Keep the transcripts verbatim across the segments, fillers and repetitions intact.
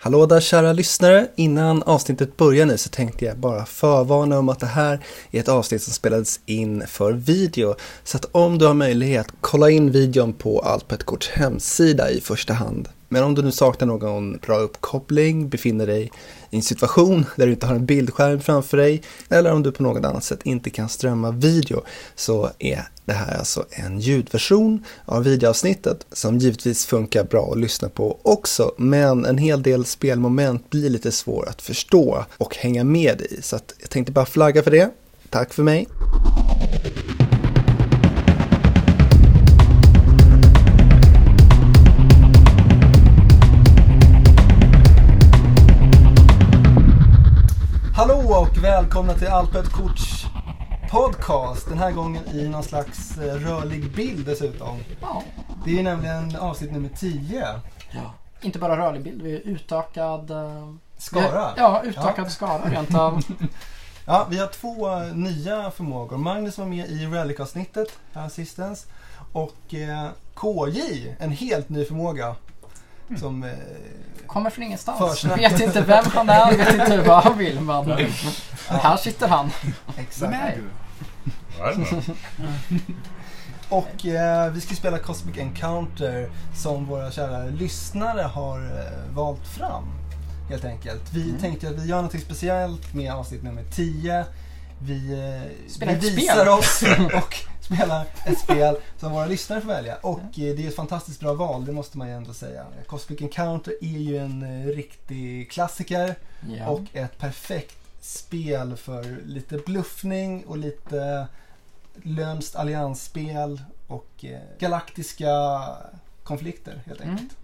Hallå där kära lyssnare, innan avsnittet börjar nu så tänkte jag bara förvarna om att det här är ett avsnitt som spelades in för video. Så att om du har möjlighet, kolla in videon på Allt på ett korts hemsida i första hand. Men om du nu saknar någon bra uppkoppling, befinner dig i en situation där du inte har en bildskärm framför dig eller om du på något annat sätt inte kan strömma video, så är det här alltså en ljudversion av videoavsnittet som givetvis funkar bra att lyssna på också, men en hel del spelmoment blir lite svår att förstå och hänga med i, så att jag tänkte bara flagga för det. Tack för mig! Hallå och välkomna till Allt på ett korts podcast. Den här gången i någon slags rörlig bild dessutom. Ja. Det är nämligen avsnitt nummer tio. Ja. Inte bara rörlig bild, vi är utökad skara. Ja, utökad ja. skara rent av. Ja, vi har två nya förmågor. Magnus var med i Relic-avsnittet här sistens. Och eh, K J, en helt ny förmåga. Mm. Som eh, kommer från ingenstans. Jag vet inte vem han är, vet inte vad han vill, men ja. Här sitter han. Exakt. Vem är du? Och eh, vi ska spela Cosmic Encounter som våra kära lyssnare har eh, valt fram, helt enkelt. Vi mm. tänkte att vi gör något speciellt med avsnitt nummer tio. Vi, eh, vi visar spel. oss och spelar ett spel som våra lyssnare får välja. Och eh, det är ett fantastiskt bra val, det måste man ju ändå säga. Cosmic Encounter är ju en eh, riktig klassiker yeah. och ett perfekt spel för lite bluffning och lite lömskt alliansspel och eh, galaktiska konflikter, helt enkelt. Mm.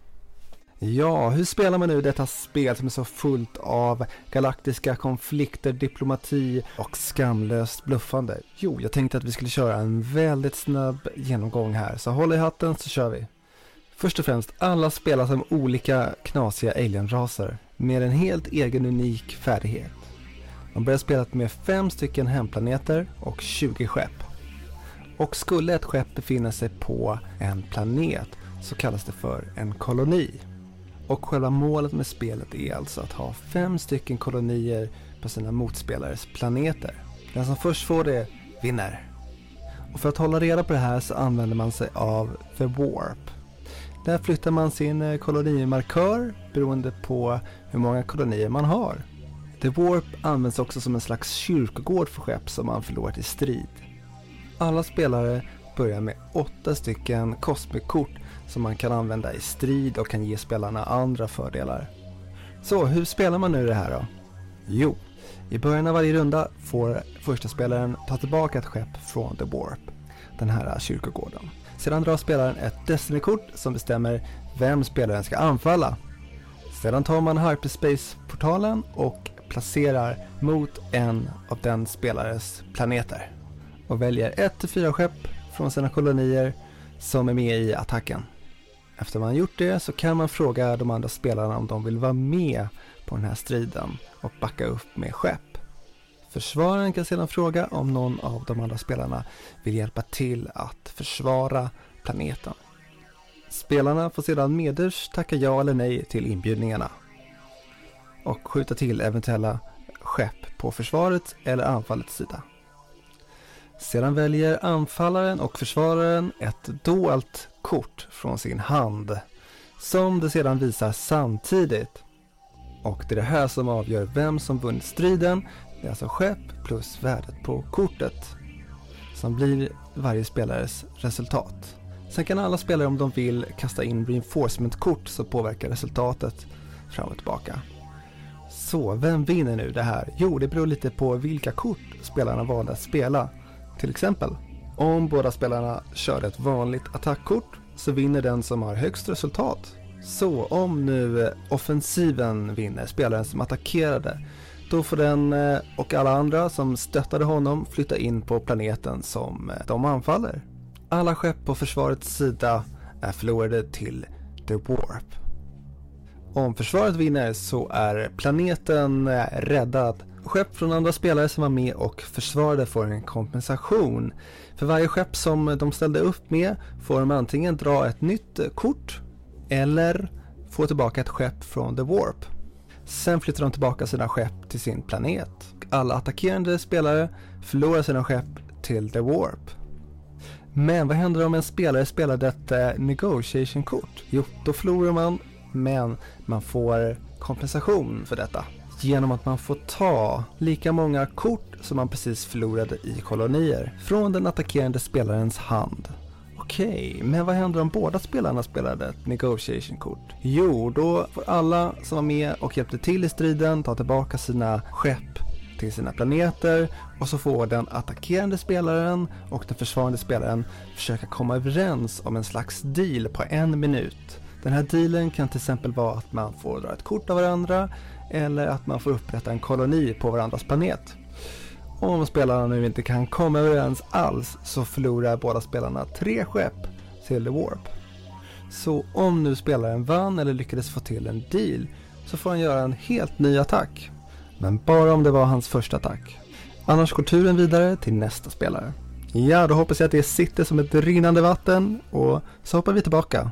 Ja, hur spelar man nu detta spel som är så fullt av galaktiska konflikter, diplomati och skamlöst bluffande? Jo, jag tänkte att vi skulle köra en väldigt snabb genomgång här, så håll i hatten så kör vi. Först och främst, alla spelar som olika knasiga alienraser med en helt egen unik färdighet. Man börjar spela med fem stycken hemplaneter och tjugo skepp. Och skulle ett skepp befinna sig på en planet så kallas det för en koloni. Och själva målet med spelet är alltså att ha fem stycken kolonier på sina motspelares planeter. Den som först får det vinner. Och för att hålla reda på det här så använder man sig av The Warp. Där flyttar man sin kolonimarkör beroende på hur många kolonier man har. The Warp används också som en slags kyrkogård för skepp som man förlorat i strid. Alla spelare börjar med åtta stycken Cosmic-kort som man kan använda i strid och kan ge spelarna andra fördelar. Så hur spelar man nu det här då? Jo, i början av varje runda får första spelaren ta tillbaka ett skepp från The Warp, den här kyrkogården. Sedan drar spelaren ett Destiny-kort som bestämmer vem spelaren ska anfalla. Sedan tar man Hyperspace-portalen och placerar mot en av den spelares planeter. Och väljer ett till fyra skepp från sina kolonier som är med i attacken. Efter man gjort det så kan man fråga de andra spelarna om de vill vara med på den här striden och backa upp med skepp. Försvararen kan sedan fråga om någon av de andra spelarna vill hjälpa till att försvara planeten. Spelarna får sedan meders tacka ja eller nej till inbjudningarna och skjuta till eventuella skepp på försvarets eller anfallets sida. Sedan väljer anfallaren och försvararen ett dolt kort från sin hand som det sedan visar samtidigt. Och det är det här som avgör vem som vunnit striden. Det är alltså skepp plus värdet på kortet som blir varje spelares resultat. Sen kan alla spelare om de vill kasta in reinforcement-kort som påverkar resultatet fram och tillbaka. Så vem vinner nu det här? Jo, det beror lite på vilka kort spelarna valde att spela. Till exempel, om båda spelarna kör ett vanligt attackkort så vinner den som har högst resultat. Så om nu offensiven vinner, spelaren som attackerade, då får den och alla andra som stöttade honom flytta in på planeten som de anfaller. Alla skepp på försvarets sida är förlorade till The Warp. Om försvaret vinner så är planeten räddad. Skepp från andra spelare som var med och försvarade får en kompensation. För varje skepp som de ställde upp med får de antingen dra ett nytt kort eller få tillbaka ett skepp från The Warp. Sen flyttar de tillbaka sina skepp till sin planet. Alla attackerande spelare förlorar sina skepp till The Warp. Men vad händer om en spelare spelar ett uh, negotiation-kort? Jo, då förlorar man, men man får kompensation för detta. Genom att man får ta lika många kort som man precis förlorade i kolonier från den attackerande spelarens hand. Okej, men vad händer om båda spelarna spelade ett negotiation-kort? Jo, då får alla som var med och hjälpte till i striden ta tillbaka sina skepp till sina planeter, och så får den attackerande spelaren och den försvarande spelaren försöka komma överens om en slags deal på en minut. Den här dealen kan till exempel vara att man får dra ett kort av varandra eller att man får upprätta en koloni på varandras planet. Om spelarna nu inte kan komma överens alls så förlorar båda spelarna tre skepp till The Warp. Så om nu spelaren vann eller lyckades få till en deal så får han göra en helt ny attack. Men bara om det var hans första attack. Annars går turen vidare till nästa spelare. Ja, då hoppas jag att det sitter som ett rinnande vatten, och så hoppar vi tillbaka.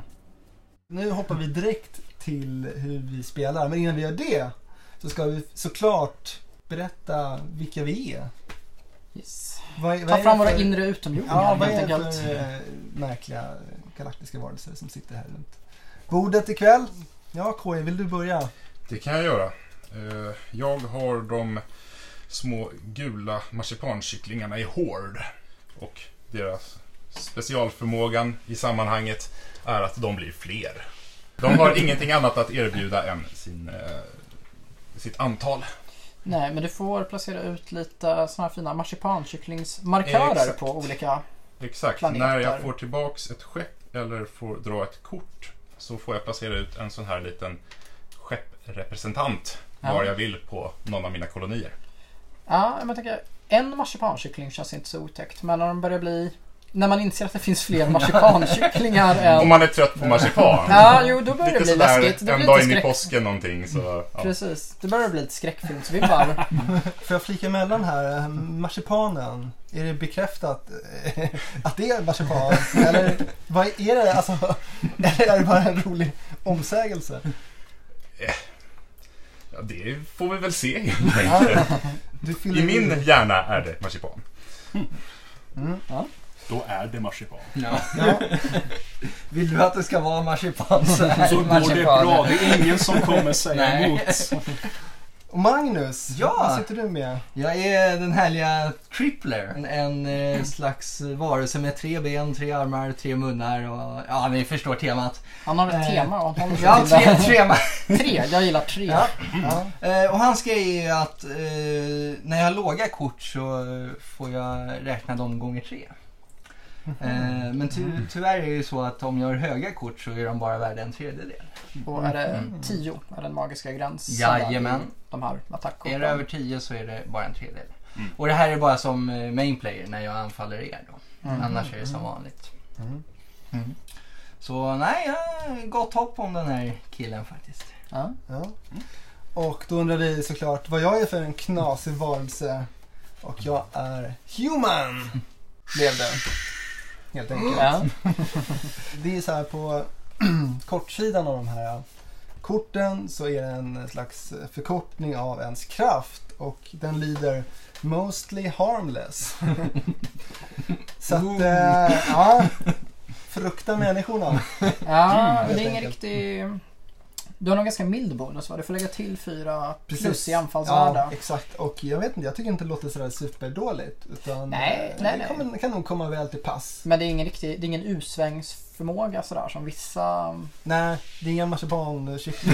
Nu hoppar vi direkt till hur vi spelar, men innan vi gör det så ska vi såklart berätta vilka vi är. Yes. Vad, vad Ta fram för, våra inre utomjordingar. Ja, vad är det för äh, märkliga galaktiska varelser som sitter här runt bordet ikväll? Ja, K J, vill du börja? Det kan jag göra. Jag har de små gula marsipankycklingarna i Horde, och deras specialförmågan i sammanhanget är att de blir fler. De har ingenting annat att erbjuda än sin, sitt antal. Nej, men du får placera ut lite såna här fina marsipankycklingsmarkörer Exakt. på olika Exakt. planeter. När jag får tillbaks ett skepp eller får dra ett kort så får jag placera ut en sån här liten skepprepresentant ja. var jag vill på någon av mina kolonier. Ja, jag tänker en marsipankyckling känns inte så otäckt, men när de börjar bli när man inser att det finns fler marsipankycklingar än... Om man är trött på marsipan. Ja, jo, då börjar det bli läskigt. Det en dag in i påsken någonting. Så, ja. Precis, det börjar bli lite skräckfilmsvibbar. Får jag flika emellan här? Marsipanen, är det bekräftat att det är marsipan? Eller vad är det? Alltså, eller är det bara en rolig omsägelse? Ja, det får vi väl se. Ja, I min hjärna är det marsipan. Mm. Mm. Ja. Då är det marsipan. Ja. Ja. Vill du att det ska vara marsipan så, så går marsipan. Det bra. Det är ingen som kommer säga emot. Och Magnus, ja. vad sitter du med? Jag är den härliga Crippler. En, en eh, slags varelse med tre ben, tre armar, tre munnar. Och, ja, ni förstår temat. Han har ett eh, tema. Och han ja, tre, tema. tre, jag gillar tre. Ja. Ja. Eh, och hans grej är att eh, när jag har låga kort så får jag räkna dem gånger tre. Mm. Men ty- tyvärr är det ju så att om jag har höga kort så är de bara värda en tredjedel. Och är det tio? Är den magiska gränsen? Jajamän. De här attackkorten. Är det över tio så är det bara en tredjedel. Mm. Och det här är bara som main player när jag anfaller er då. Mm. Annars är det som vanligt. Mm. Mm. Så nej, jag har gott hopp om den här killen faktiskt. Ja. Ja. Mm. Och då undrar vi såklart vad jag är för en knasig varelse. Och jag är human. Blev det. Helt enkelt. Ja. Det är så här på kortsidan av de här korten så är det en slags förkortning av ens kraft och den lyder mostly harmless. Så att äh, ja, frukta människorna. Ja, det är ingen riktig... Du har nog ganska mild bonus, va? Du får lägga till fyra Precis. Plus i anfallsvärda. Ja, exakt. Och jag vet inte, jag tycker inte det låter sådär superdåligt. Utan nej, nej, det kommer, kan nog komma väl till pass. Men det är ingen riktig, det är ingen usvängsförmåga sådär som vissa... Nej, det är ingen marsipankyckling.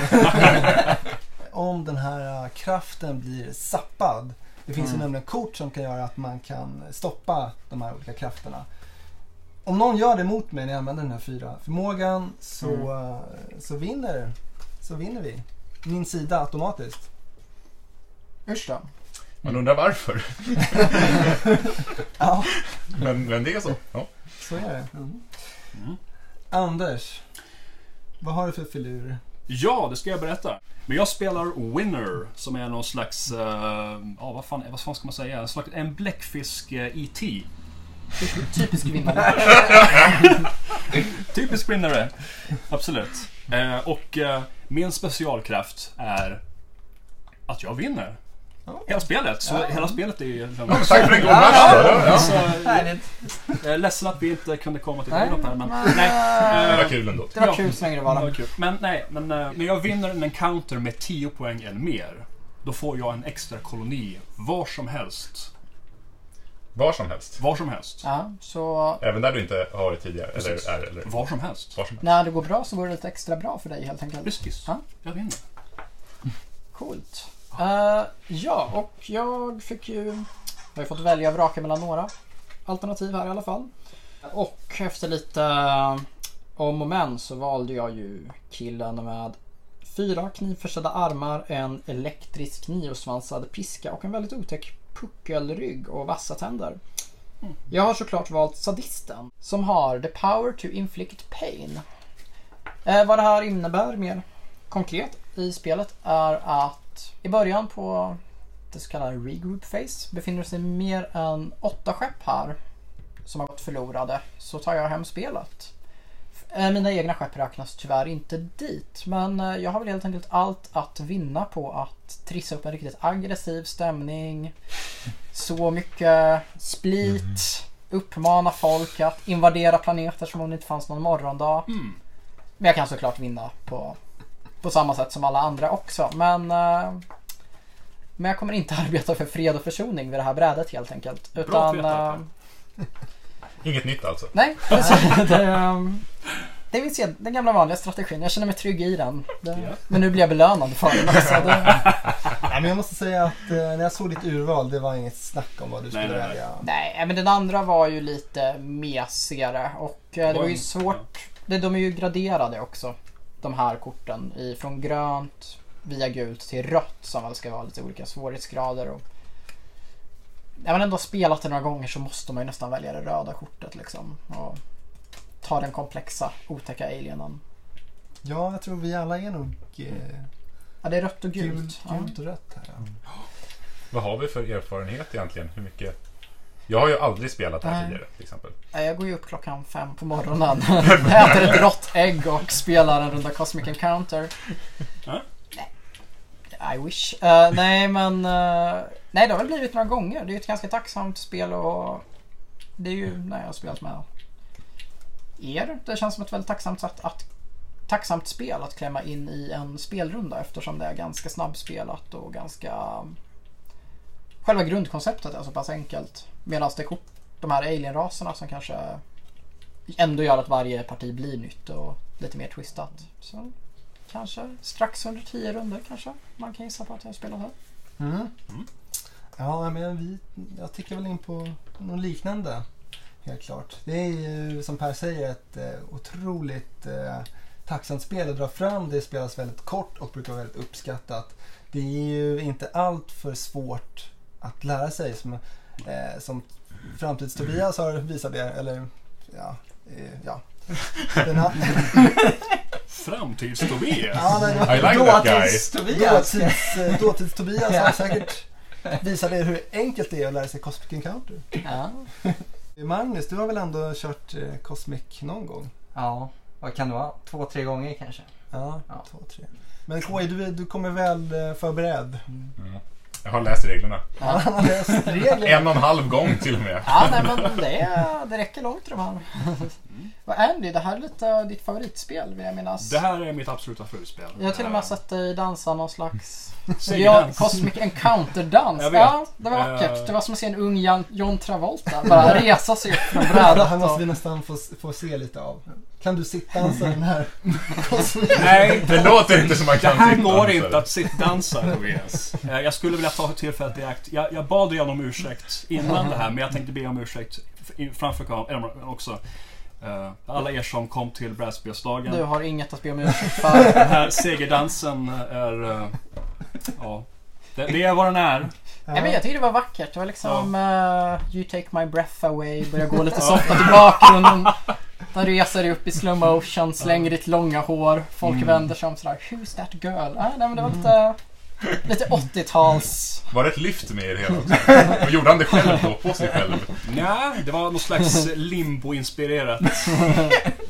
Om den här kraften blir sappad. Det finns mm. ju nämligen kort som kan göra att man kan stoppa de här olika krafterna. Om någon gör det mot mig när jag använder den här fyra förmågan så, mm. så vinner så vinner vi. Min sida automatiskt. Usch då. Man undrar varför. Ja. Men, men det är så. Ja. Så är det. Mm. Mm. Anders, vad har du för filur? Ja, det ska jag berätta. Men jag spelar Winner som är någon slags, uh, ja vad fan, vad fan ska man säga? En slags en bläckfisk uh, E T. Typisk vinnare. Typisk vinnare. Absolut. Uh, och uh, min specialkraft är att jag vinner. Ja. Hela spelet. Så Ja. hela spelet är ju... Ja, tack för en god match då. Ja. Alltså, Härligt. jag är ledsen att vi inte kunde komma till Nej, bröllop här, men... men, nej. Det var kul ändå. Det var Ja. kul så länge det Ja, var det det. var kul. Men nej, men eh, när jag vinner en encounter med tio poäng eller mer, då får jag en extra koloni var som helst. Var som helst. Var som helst. Ja, så Även där du inte har varit tidigare. Eller Precis. är. Eller. Var som helst. Var som helst. när det går bra så går det lite extra bra för dig helt enkelt. Precis. Ja. Jag vinner. Coolt. Uh, ja, och jag fick ju... Jag har ju fått välja och vraka mellan några alternativ här i alla fall. Och efter lite uh, om och men så valde jag ju killen med fyra knivförsedda armar, en elektrisk knivsvansad piska och en väldigt otäck puckelrygg och vassa tänder. Jag har såklart valt sadisten som har the power to inflict pain. Uh, vad det här innebär mer konkret i spelet är att i början på det så kallade regroup phase befinner sig mer än åtta skepp här som har gått förlorade, så tar jag hem spelet. Mina egna skepp räknas tyvärr inte dit, men jag har väl helt enkelt allt att vinna på att trissa upp en riktigt aggressiv stämning, så mycket split, uppmana folk att invadera planeter som om det inte fanns någon morgondag. Mm. Men jag kan såklart vinna på på samma sätt som alla andra också. Men, uh, men jag kommer inte arbeta för fred och försoning vid det här brädet helt enkelt. Bra Utan, att veta. uh, Inget nytt alltså. nej, precis. det, um, det vill se, den gamla vanliga strategin. Jag känner mig trygg i den. Det, Ja. Men nu blir jag belönad för den. Alltså, det, Ja, men jag måste säga att eh, när jag såg ditt urval, det var inget snack om vad du skulle Nej, nej, nej. välja. nej, men den andra var ju lite mesigare. Och uh, det var ju svårt. Det, de är ju graderade också. De här korten i, från grönt via gult till rött som väl ska vara lite olika svårighetsgrader. Och när man ändå har spelat det några gånger så måste man ju nästan välja det röda kortet liksom och ta den komplexa otäcka alienen. Ja, jag tror vi alla är nog eh, Ja, det är rött och gult. gult, Ja. gult och rött här. Ja. Vad har vi för erfarenhet egentligen? Hur mycket? Jag har ju aldrig spelat här Nej. tidigare till exempel. Jag går ju upp klockan fem på morgonen, äter ett rått ägg och spelar en runda Cosmic Encounter. Ja. I wish. Uh, nej, men uh, nej, det har väl blivit några gånger. Det är ju ett ganska tacksamt spel och det är ju när jag har spelat med er. Det känns som ett väldigt tacksamt sätt att tacksamt spel att klämma in i en spelrunda eftersom det är ganska snabbspelat och ganska själva grundkonceptet är så pass enkelt. Medan det är kort, de här alien-raserna som kanske ändå gör att varje parti blir nytt och lite mer twistat. Så kanske strax under tio runder kanske man kan gissa på att jag har spelat här. Mm. Mm. Ja, men vi, jag tycker väl in på något liknande. Helt klart. Det är ju som Per säger ett eh, otroligt eh, tacksamt spel att dra fram. Det spelas väldigt kort och brukar vara väldigt uppskattat. Det är ju inte allt för svårt att lära sig som, eh, som Framtids-Tobias har visat det. Eller ja, eh, ja. Den har, Framtids-Tobias. ja, nej, I like that guy. Dåtids-Tobias. Dåtids, eh, Dåtids-Tobias har säkert visat er hur enkelt det är att lära sig Cosmic Encounter. Ja. Magnus, du har väl ändå kört eh, Cosmic någon gång? Ja, vad kan det vara? Två, tre gånger kanske. Ja, Ja. två, tre. Men K I, du, du kommer väl eh, förberedd? Mm. Jag har läst reglerna. Ja. Han har läst reglerna. En och en halv gång till och med. Ja, nej, men det, är, det räcker långt i de här. Vad Andy, det här är lite ditt favoritspel vill jag minnas. Det här är mitt absoluta favoritspel. Jag har till och med sett dig dansa någon slags Säger ja, dans. Cosmic Encounter-dans. Jag vet. Ja, det var vackert. Eh. Det var som att se en ung Jan, John Travolta bara resa sig upp från brädet. Han måste Och, vi nästan få, få se lite av. Kan du sitta dansa den här Cosmic? Nej, Det låter inte som man det kan här sitta går dansa. inte att sittdansa, Tobias. Eh, Jag skulle vilja ta tillfället i akt. Jag, jag bad dig om ursäkt innan det här, men jag tänkte be om ursäkt f- framför kameran också. Eh, alla er som kom till brädspelsdagen. du har inget att be om ursäkt för. Den här segerdansen är... eh, ja, det, det är vad den är. Nej, men jag tyckte det var vackert. Det var liksom uh, You take my breath away. Börjar gå lite softa till bakgrunden. Den reser dig upp i slow motion. Slänger ditt långa hår. Folk Mm. vänder sig om sådär. Who's that girl? Ah, nej, men det var lite, lite åttio-tals. Var det ett lyft med i det hela också? Och gjorde han det själv då, på sig själv? Nej, det var någon slags limbo-inspirerat.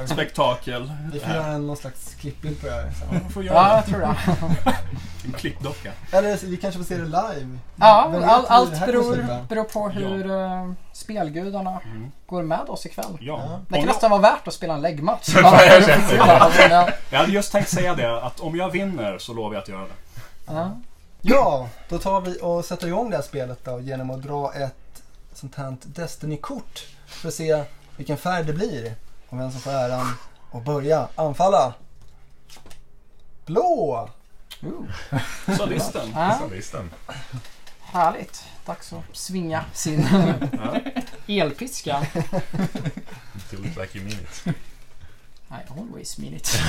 spektakel. Vi får göra någon slags klippbild på det här. Ja, får göra Ja, jag tror det. en klippdocka. Eller vi kanske får se det live. Ja, Vem vet all, hur allt det här kommer beror, sluta? beror på hur uh, spelgudarna Mm. går med oss ikväll. Ja. Ja. Det kan Om nästan vara värt att spela en läggmatch. Ja, Bara jag för att känner se det. vad han vinner. Jag hade just tänkt säga det, att om jag vinner så lovar jag att göra det. Ja. Ja, då tar vi och sätter igång det här spelet då genom att dra ett sånt här Destiny-kort för att se vilken färg det blir och vem som får äran att börja anfalla. Blå! Uh, Sadisten. ja, Sadisten. härligt. Dags att svinga sin Ja. elpiska. Do it like you mean it. I always mean it.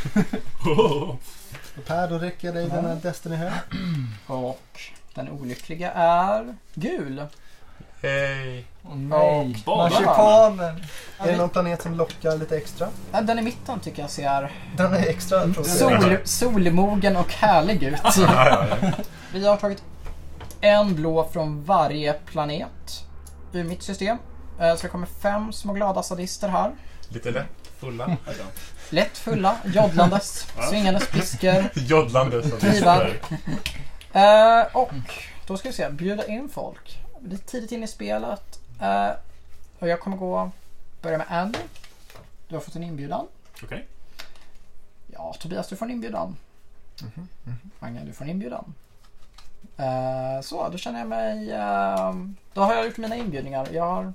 Och Per, då räcker jag dig den här Destiny här. Och den olyckliga är gul. Hej. Åh nej, Badar. marsipanen. Är det någon planet som lockar lite extra? Ja, den i mitten tycker jag ser Den är extra tråkig. sol, solmogen och härlig ut. Ja, ja, ja. Vi har tagit en blå från varje planet i mitt system. Eh, Så det kommer fem små glada sadister här. Lite lätt fulla. Lätt fulla, joddlandes, svingandes piskor. Joddlande Knivar. sadister. Eh, och då ska vi se, bjuda in folk. Lite tidigt in i spelet. Eh, och jag kommer gå börja med Andy. Du har fått en inbjudan. Okej. Ja, Tobias, du får en inbjudan. Magnus, du får en inbjudan. Eh, så, då känner jag mig... eh, då har jag gjort mina inbjudningar. Jag har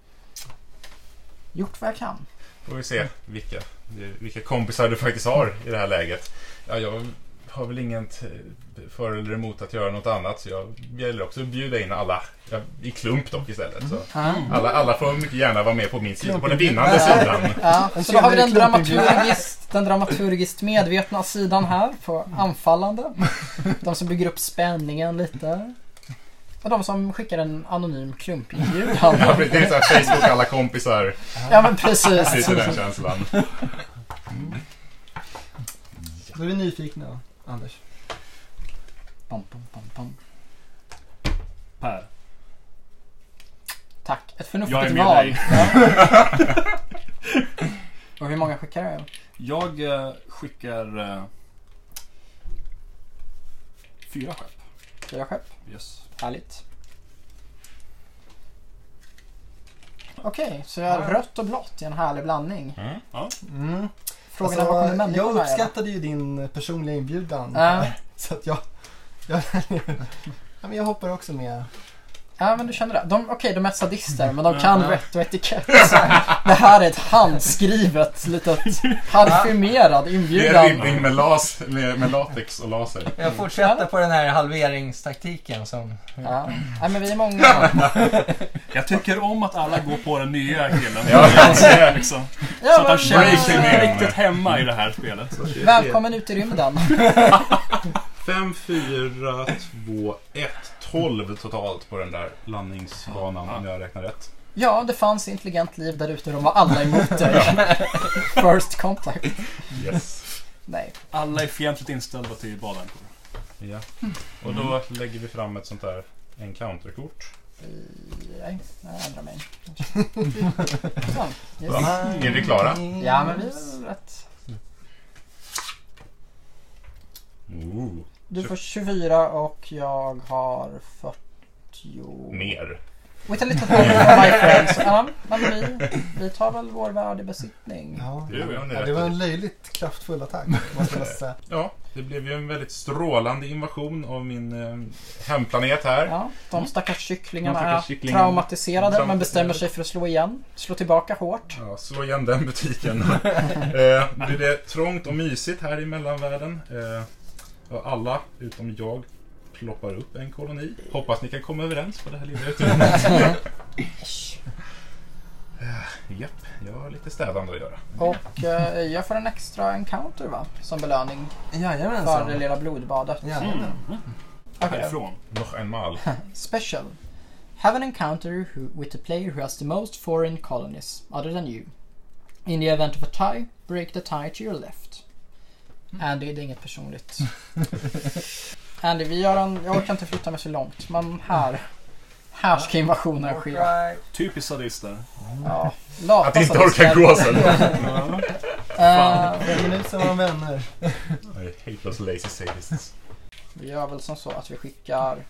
gjort vad jag kan. Får vi se vilka, vilka kompisar du faktiskt har i det här läget. Ja, jag har väl inget för eller emot att göra något annat, så jag gäller också att bjuda in alla, ja, i klump dock istället. Så. Mm. Alla, alla får mycket gärna vara med på min sida, på den vinnande sidan. Ja, En så då har vi den trevlig klumpinbjudan. dramaturgiskt, den dramaturgiskt medvetna sidan här på anfallande. De som bygger upp spänningen lite. Och de som skickar en anonym klumpinbjudan. Ja, det är så här Facebook, alla kompisar. Ja, men precis. Lite den känslan. Då är vi nyfikna, Anders. Pom, pom, pom, pom. Per. Tack, ett Jag är förnuftigt med val. dig. Ja. Och hur många skickar jag? Jag eh, skickar eh, fyra skepp. Fyra skepp. Yes. Härligt. Okej, så jag har rött och blått i en härlig blandning. Mm. Ja. Mm. Frågan Alltså, är vad kommer människor jag med? uppskattade ju din personliga inbjudan. Ja. Så att jag... jag ja, men jag hoppar också med. Ja, men du känner det. De, okej, de är sadister, men de Ja. kan rätt och etikett. Så det här är ett handskrivet, litet parfymerad Det är inbjudan. ribbing med, las, med, med latex och laser. Jag fortsätter på den här halveringstaktiken som... Ja. Nej, men vi är många. Jag tycker om att alla går på den nya killen. Ja, ja, liksom. Ja, Så att han känner breaking sig in. riktigt hemma i det här spelet. välkommen ut i rymden. fem, fyra, två, ett, tolv totalt på den där landningsbanan, om jag räknar rätt. Ja, det fanns intelligent liv där ute. De var alla emot dig. First contact. Yes. Nej. Alla är fientligt inställda till badankor. Ja. Och då lägger vi fram ett sånt där encounterkort. Nej, jag ändrar mig. Så, yes. Va? Är vi klara? Ja, men vi är väl rätt. Ooh. Du får tjugofyra och jag har fyrtio. Mer. With a little help from my friends. Ja, men vi, vi tar väl vår värld i besittning. Ja. Det, Ja, det var en löjligt kraftfull attack, måste jag säga. Ja, det blev ju en väldigt strålande invasion av min eh, hemplanet här. Ja, de stackars kycklingarna De är stackars kycklingarna. traumatiserade, men Traumatiserade. bestämmer sig för att slå igen. Slå tillbaka hårt. Ja, slå igen den butiken. eh, det är trångt och mysigt här i mellanvärlden. Eh, och alla, utom jag, ploppar upp en koloni. Hoppas ni kan komma överens på det här lilla utrymmet. eh, japp, jag har lite städande att göra. Och eh, jag får en extra encounter, va? Som belöning för det Jajamensan. lilla blodbadet. Jajamän. Okej. Härifrån. Noch einmal. Special. Have an encounter who, with a player who has the most foreign colonies, other than you. In the event of a tie, break the tie to your left. Andy, det är inget personligt. Andy, vi gör en... Jag orkar inte flytta mig så långt, men här... Här ska invasionen ske. Right. Typiskt sadister. Ja, lata Att inte sadister. orka gå sen. Fan. Fem minuter var de vänner. I hate those lazy sadists. Vi gör väl som så att vi skickar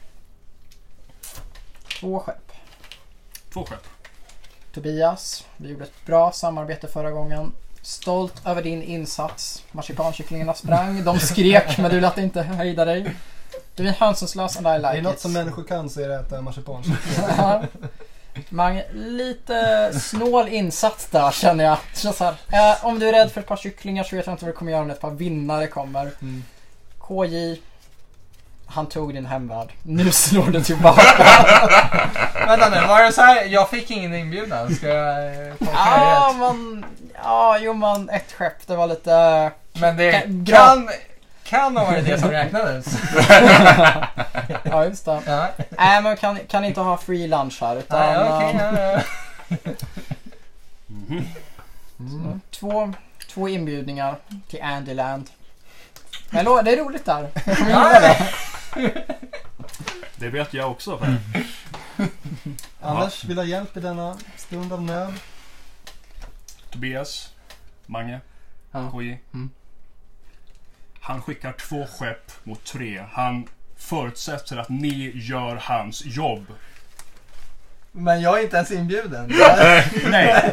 två skepp. Två skepp. Tobias, vi gjorde ett bra samarbete förra gången. Stolt över din insats. Marsipankycklingarna sprang, de skrek men du lät inte hejda dig. Du är hänsyslös and I like Det är något it. som människor kan så är det att äta marsipankycklingar. Man, lite snål insats där känner jag. Så så här, eh, om du är rädd för ett par kycklingar så vet jag inte vad du kommer göra när ett par vinnare kommer. Mm. K J, han tog din hemvärld. Nu slår du tillbaka. Vänta nu, var det så här? Jag fick ingen inbjudan. Ska jag eh, tolka Ja, det rätt? men ja, jo man, ett skepp, det var lite. Men det Ka- kan, kan ha varit det som räknades. Ja, just det. Ja. Nej, men kan, kan inte ha free lunch här utan Nej, okej, ja, ja. Mhm. mm. två, två inbjudningar till Andyland. Men lo- det är roligt där. Jag kommer gilla det. Det vet jag också. Anders vill ha hjälp i denna stund av nöd. Tobias, Mange, Ja. K J. Mm. Han skickar två skepp mot tre. Han förutsätter att ni gör hans jobb. Men jag är inte ens inbjuden. Nej.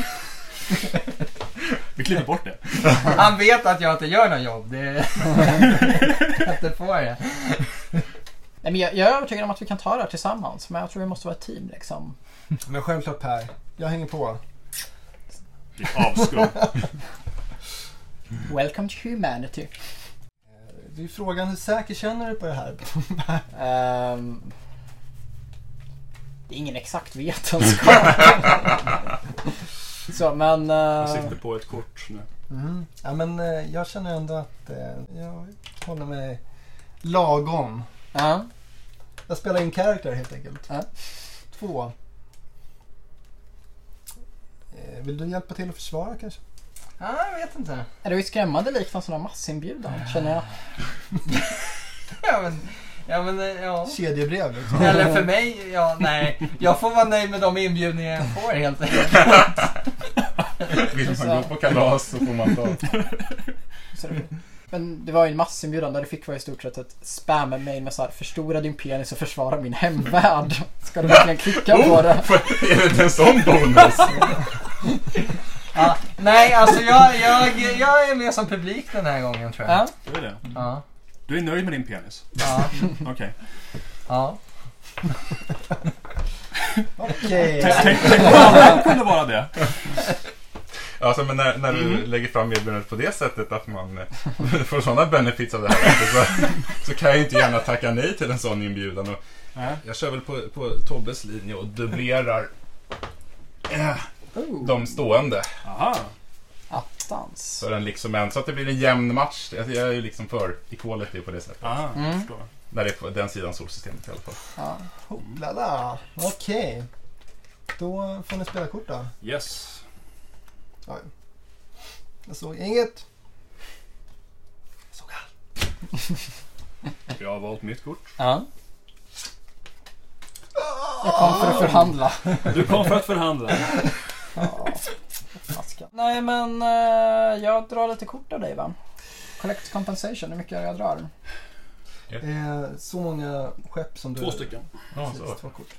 Vi klipper bort det. Han vet att jag inte gör något jobb. Det är inte på det. Nej, men jag, jag är övertygad om att vi kan ta det här tillsammans. Men jag tror vi måste vara ett team liksom. Men självklart Per, jag hänger på. Ditt avskum. Welcome to humanity. Det är frågan, hur säker känner du på det här? Um, det är ingen exakt vetenskap. Så, men... Jag Uh, sitter på ett kort nu. Mm. Ja, men eh, jag känner ändå att eh, jag håller mig lagom. uh, Jag spelar in karaktär helt enkelt. Ja. Två. Eh, vill du hjälpa till att försvara kanske? Ja, jag vet inte. är det ju skrämmande likt en sån här massinbjudan, känner jag. Ja, men... Ja, men, eh, ja. Kedjebrev liksom. Eller för mig, ja, nej. Jag får vara nöjd med de inbjudningar jag får helt enkelt. Vill man gå på kalas så får man ta. Så det, men det var ju en massinbjudan där du fick vara i stort sett ett spam-mail med så här: förstora din penis och försvara min hemvärld. Ska du verkligen klicka på det? Är det inte en sån bonus? Ja, nej, alltså jag, jag, jag är med som publik den här gången tror jag. Ja. Du är det. Ja. Du är nöjd med din penis? Ja. Okej. Ja. Okej. Tänk tänk- tänk om alla kunde vara det. Alltså, men när, när du lägger fram erbjudandet på det sättet att man eh, får sådana benefits av det här så, så kan jag inte gärna tacka nej till en sån inbjudan. Och Nej. jag kör väl på, på Tobbes linje och dubblerar eh, Oh, de stående Aha. attans. för en liksom en, så att det blir en jämn match. Jag jag är ju liksom för equality på det sättet. Aha, Mm. jag förstår. När det är på den sidan solsystemet i alla fall. Ja. Hoplala. Okej. Då får ni spela kort då. Yes. Ja. Jag såg inget. Jag såg allt. Jag har valt mitt kort. Ja. Jag kom för att förhandla. Du kom för att förhandla. Ja. Flaskan. Nej, men eh, jag drar lite kort av dig, va? Collect compensation, hur mycket är det jag drar? Eh, så många skepp som du... Två stycken. Ja, Precis, så. två kort.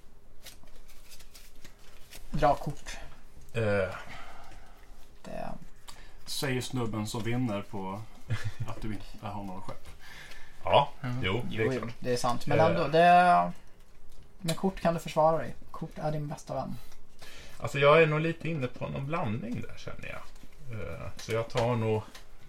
Dra kort. Eh, Det, Säger snubben som vinner på att du inte har några skepp. ja, Mm. jo, det jo, är jo, klart. det är sant. Men Eh. ändå, det, med kort kan du försvara dig. Kort är din bästa vän. Alltså jag är nog lite inne på någon blandning där, känner jag. Eh, så jag tar nog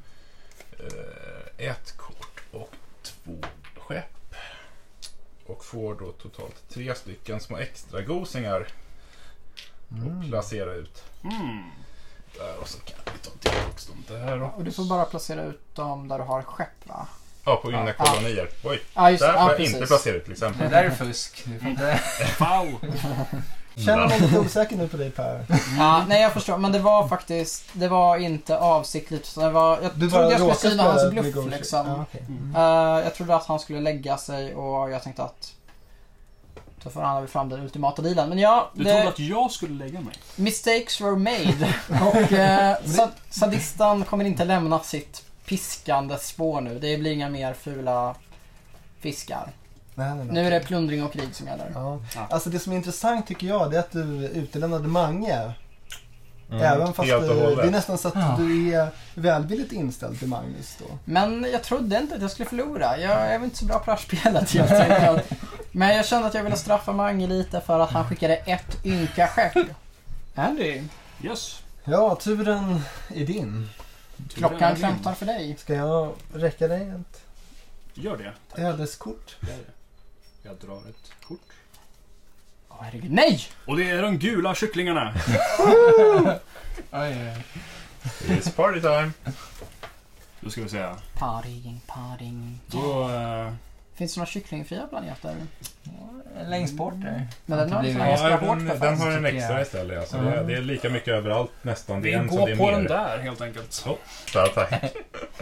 eh, ett kort och två skepp. Och får då totalt tre stycken små extra gosingar och placera ut Mm. där. Och så kan vi ta tillbaka dem där också. Och du får bara placera ut dem där du har skepp, va? Ja, på mina Ja. kolonier. Oj, Ja, just där det. får Ja, jag inte precis. placera ut till Det exempel. där är fusk. Du får inte... Wow. Känner mig lite osäker nu på dig, Per. Ja, nej, jag förstår. Men det var faktiskt, det var inte avsiktligt. Så det var, jag Du trodde jag skulle råkar syna hans spela bluff, negotiate. liksom. Ja, okej. Eh, jag trodde att han skulle lägga sig och jag tänkte att Så förhandlar vi fram den ultimata dealen. Men ja, Du det, trodde att jag skulle lägga mig? mistakes were made. Och eh, sad- sadistan kommer inte lämna sitt piskande spår nu. Det blir inga mer fula fiskar. Nej, nej, nej. Nu är det plundring och krig som gäller. Ja. Ja. Alltså det som är intressant tycker jag det är att du utelämnade Mange. Mm, Även fast helt och du, hållet. det är nästan så att Ja. du är välvilligt inställd till Magnus då. Men jag trodde inte att jag skulle förlora. Jag är väl inte så bra på det här spelet helt enkelt. Men jag kände att jag ville straffa Mange lite för att han skickade ett ynka skepp. Andy, Yes. Ja, turen är din. klockan klämtar för dig. Ska jag räcka dig ett Gör det. Tack. ödeskort? Gör det. Jag drar ett kort. Åh, herregud, nej! Och det är de gula kycklingarna. Oj, oj. It's party time. Då ska vi säga. Partying, partying. Då... eh, Finns det några kycklingfria planeter? Längst bort där. Men den har Det en blir- sån här Ja, extra hårt den, för den fans. har en tycker extra jag. istället. Alltså. Ja. Det, är, det är lika mycket överallt nästan. Det vi är en som det går är på mer. den där helt enkelt. Så, där, tack.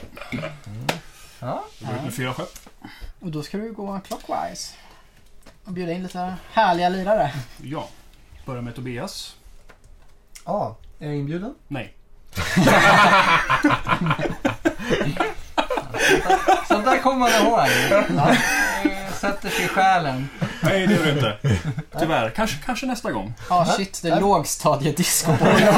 Ja. Då blir det med fyra skepp. Och då ska du gå clockwise. Och bjuda in lite härliga lirare. Ja. Börjar med Tobias. Ja, är jag inbjuden? Nej. Sånt där kommer man ihåg. Ja. Det sätter sig i själen. Nej, det gör du inte. Tyvärr. Kanske, kanske nästa gång. Ja, oh, shit, det är lågstadiedisco.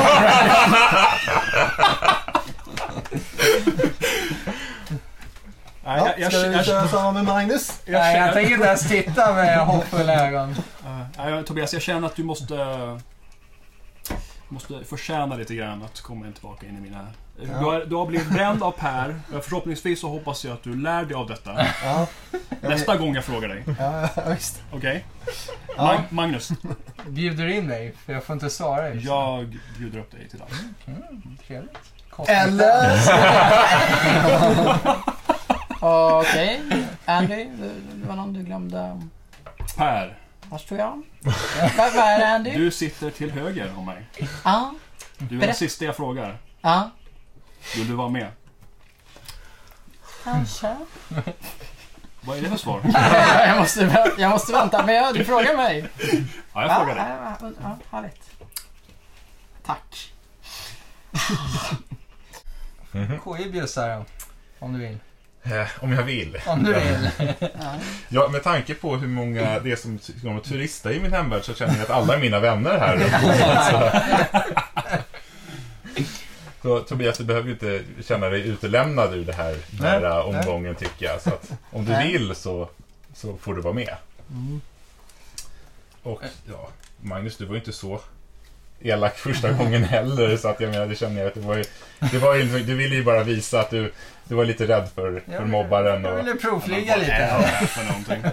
Nej, Ja, jag, jag, ska vi jag, köra jag, samma med Magnus? jag, Nej, jag känner- tänker inte ens titta med hoppfulla ögon. Eh, nej, Tobias, jag känner att du måste måste förtjäna lite grann att komma in tillbaka in i mina... Ja. Du, har, du har blivit bränd av Per. Förhoppningsvis så hoppas jag att du lär dig av detta. Ja, Nästa gång jag frågar dig. ja, ja visst. Okej? Ja. Mag- Magnus, Bjuder in mig, för jag får inte svara. just nu. jag bjuder upp dig till dans. Mm, trevligt. Eller? Okej, Andy, det det var någon du glömde. Per, Vart tror jag? Vad vad är det, Andy? du sitter till höger om mig. Ja, Du är den Berätta. sista jag frågar. ja, Vill du vara med? kanske. Vad är det för svar? jag, måste, vä- jag måste vänta, men jag, du frågar mig. Ja, jag frågar dig. Ja, ja, ja, härligt. Tack. K J bjussar då, om du vill. Eh, Om jag vill. Om du vill. Ja. Ja, med tanke på hur många det är som kommer att turista i min hemvärld så känner jag att alla är mina vänner här. Så Tobias, du behöver ju inte känna dig utelämnad ur det här Nej, nära omgången tycker jag. Så att om du Nej. vill så, så får du vara med. Mm. Och ja, Magnus, du var ju inte så elak första gången heller. Så att jag menar, det känner jag att det var ju, det var ju, du ville ju bara visa att du, du var lite rädd för, för mobbaren. Jag Och, ville provflyga Vad är lite. det för någonting?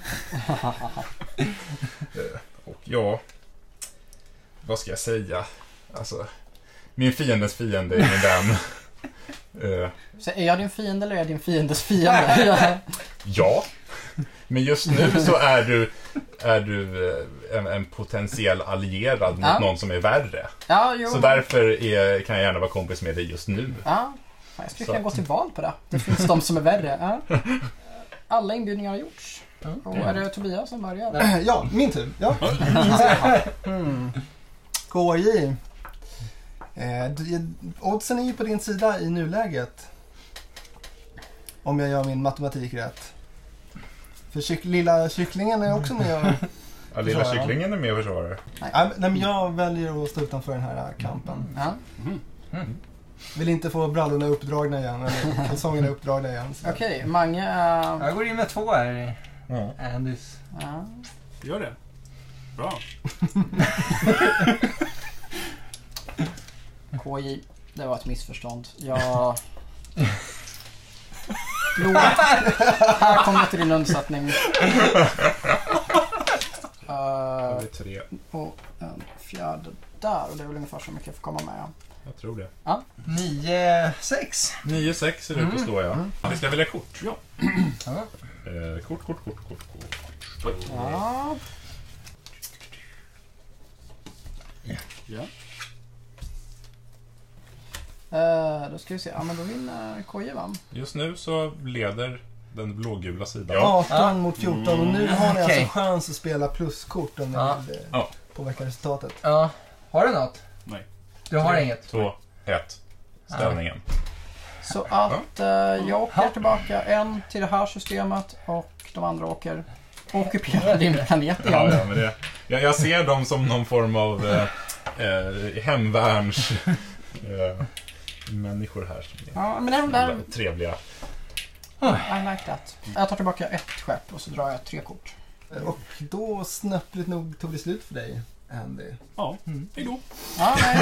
och ja, vad ska jag säga? Alltså, min fiendes fiende är min vän. Eh, Så är jag din fiende eller är jag din fiendes fiende? Ja, men just nu så är du, är du eh, en, en potentiell allierad mot Ja. någon som är värre. Ja, jo. Så därför är, kan jag gärna vara kompis med dig just nu. Ja, fan, jag skulle Så. kunna gå till val på det. Det finns de som är värre. Ja. Alla inbjudningar har gjorts. Och är det Tobias som börjar? Ja, min tur. Ja. Mm. K J. Eh, du- oddsen är ju på din sida i nuläget. Om jag gör min matematik rätt. För kyck, lilla kycklingen är också med och... Ja, lilla Försvara. kycklingen är med och försvarar. Nej, men- nej, men jag väljer att stå utanför den här kampen. Ja. Mhm. Vill inte få brallorna uppdragna igen, eller kalsongerna uppdragna igen. så. Okej, Mange... Uh, Jag går in med två här i Ja. Andys. ja. Gör det. Bra. K J, det var ett missförstånd. Jag... Blå. Här kommer jag till din undsättning. Har Uh, vi tre? och en fjärde där. Och det är väl ungefär så mycket jag får komma med. Jag tror det. nio sex. nio sex ser det ut att stå, ja. Vi ska välja kort. Ja. Ja. Eh, kort, kort, kort, kort, kort. Ja. Ja. Uh, då ska vi se. Ja, men då vinner K J, va? Just nu så leder den blågula sidan. arton Ja. mot fjorton och nu har ni Okej. alltså chans att spela pluskort om ni Ja. vill eh, Ja. påverka resultatet. Ja. Har du något? Nej. Du har inget? Två, ett. Ställningen. Så att eh, jag åker tillbaka en till det här systemet och de andra åker ockuperar din planet igen. Ja, ja, men det, jag, jag ser dem som någon form av eh, eh, hemvärns eh, människor här som är Ja, men den där, trevliga. I like that. Jag tar tillbaka ett skepp och så drar jag tre kort. Och då snöpligt nog tog det slut för dig, Andy. Ja, Mm. hejdå. Ja, nej.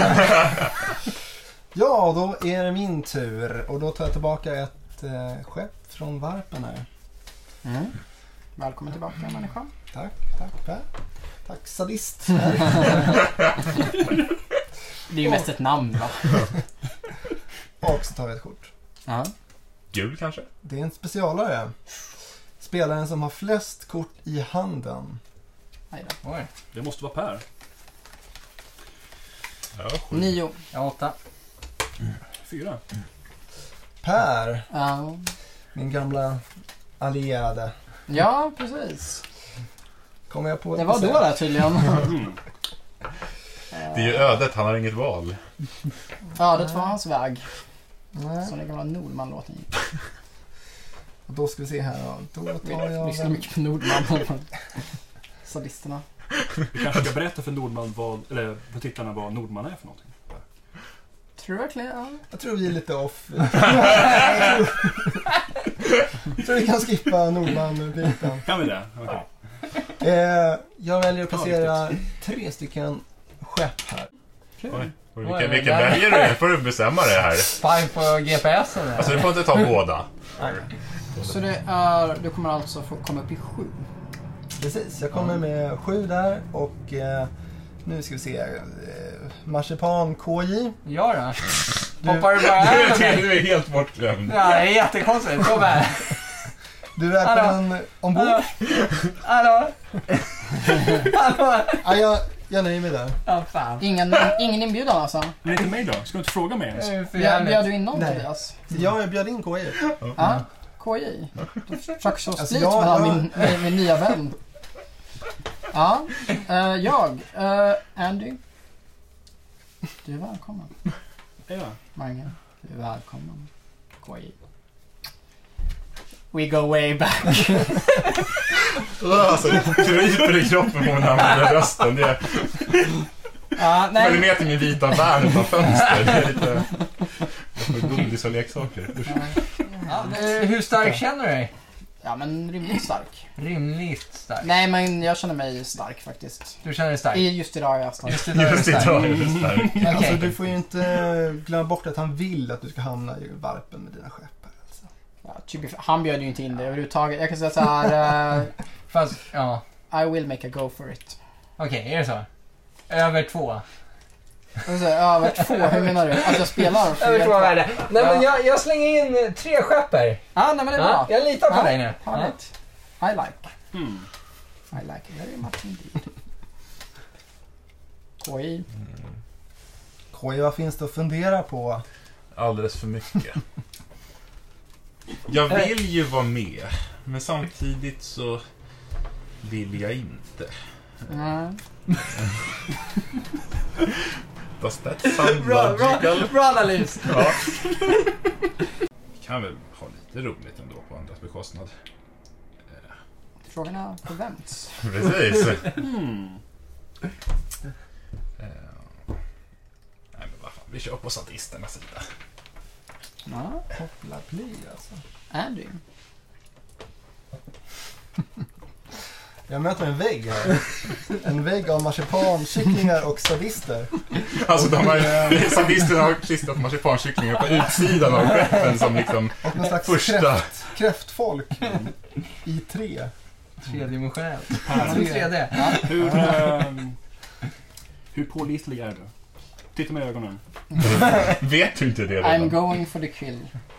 Ja, då är det min tur och då tar jag tillbaka ett eh, skepp från varpen här. Mm. Välkommen tillbaka människa. Tack, tack Per. Tack sadist. Det är ju mest ett namn va? Och så tar vi ett kort. Ja. Gul kanske? Det är en specialare. Spelaren som har flest kort i handen. Nej då. Oj. Det måste vara Per. Ja, sju. Nio. Jag har åtta. Fyra. Per, Ja. min gamla allierade. Ja, precis. Kommer jag på Det var då där tydligen. Mm. Det är ju ödet, han har inget val. Ja, det var hans väg. Nej. Som den gamla Nordman-låten gick. Och då ska vi se här då. Då tar jag... Lyssnar mycket på Nordman. Sadisterna. Vi kanske ska berätta för Nordman vad, eller för tittarna vad Nordman är för någonting. Tror du verkligen? Ja. Jag tror vi är lite off. Jag tror vi kan skippa Nordman-biten. Kan vi det? Okej. Eh, jag väljer att placera tre stycken skepp här. Oj. Och Oj, vilken vilken där- väljer du? Nu får du bestämma det här. Spy på G P S'en där. Alltså du får inte ta båda. Så det är, du kommer alltså få komma upp i sju. Precis, jag kommer med sju där och eh, nu ska vi se. Eh, Marsipan K J. Ja då. Du, Hoppar du bara Du över är, mig? du är helt bortglömd. Ja, det är jättekonstigt. Kom här. du är välkommen ombord. Hallå? Hallå? Ja, jag, jag nöjer mig där. Ja, fan. Ingen, ingen inbjudan alltså? Men inte mig då? Ska du inte fråga mig ens? Det är för Bjöd, jävligt. bjöd du in någon Nej. Tobias? Ja, jag bjöd in K J. Ja, K J. Du försöker så Alltså, split jag- mellan jag- min, min, min nya vän. Ja, eh, jag. eh, Andy. Du är välkommen. Ja. Mange, du är välkommen. K J. We go way back. Alltså det kryper i kroppen på när han använder rösten. Det är, Ja, följer nej. med till min vita värld utan fönster. Det är lite godis och leksaker. Usch. Ja, eh, hur stark känner du dig? Ja, men rimligt stark. Rimligt stark. Nej, men jag känner mig stark faktiskt. Du känner dig stark? I just idag är jag stark. Just idag är du Just stark. idag är det stark. Okej. Alltså, du får ju inte glömma bort att han vill att du ska hamna i varpen med dina skepp. här, Alltså. Ja, typ, han bjöd ju inte in det överhuvudtaget. Jag kan säga så här. eh, Fast, ja. I will make a go for it. Okej, är det så? Över två. Jag säga, över två, hur menar du? Att jag spelar? för Över två hjälp? värde. Nej men jag, jag slänger in eh, tre skepp här. Ja, nej men det är Ja, bra. jag litar på Ja, dig nu. Ja. Härligt. I like. Mm. I like it very much indeed. K I. K J, vad finns det att fundera på? Alldeles för mycket. Jag vill ju vara med, men samtidigt så vill jag inte. Mm. Does that sound Bra, bra, logical? bra analys. Ja. Vi kan väl ha lite roligt ändå på andras bekostnad. Frågan är på vems? Precis. Mm. Eh, Nej men vad fan, vi kör på sadisternas sida. Ja, Hoppla pli alltså. Andy. Jag möter en vägg här. En vägg av marsipan, kycklingar och sadister. Alltså de har, sadisterna har klistrat marsipankycklingar på utsidan av skeppen som liksom Och någon slags första. kräft, kräftfolk i tre. Tredimensionellt. Tre. tre D. Hur, ehm, hur pålitlig är du? Titta mig i ögonen. Vet du inte det I'm redan? going for the kill.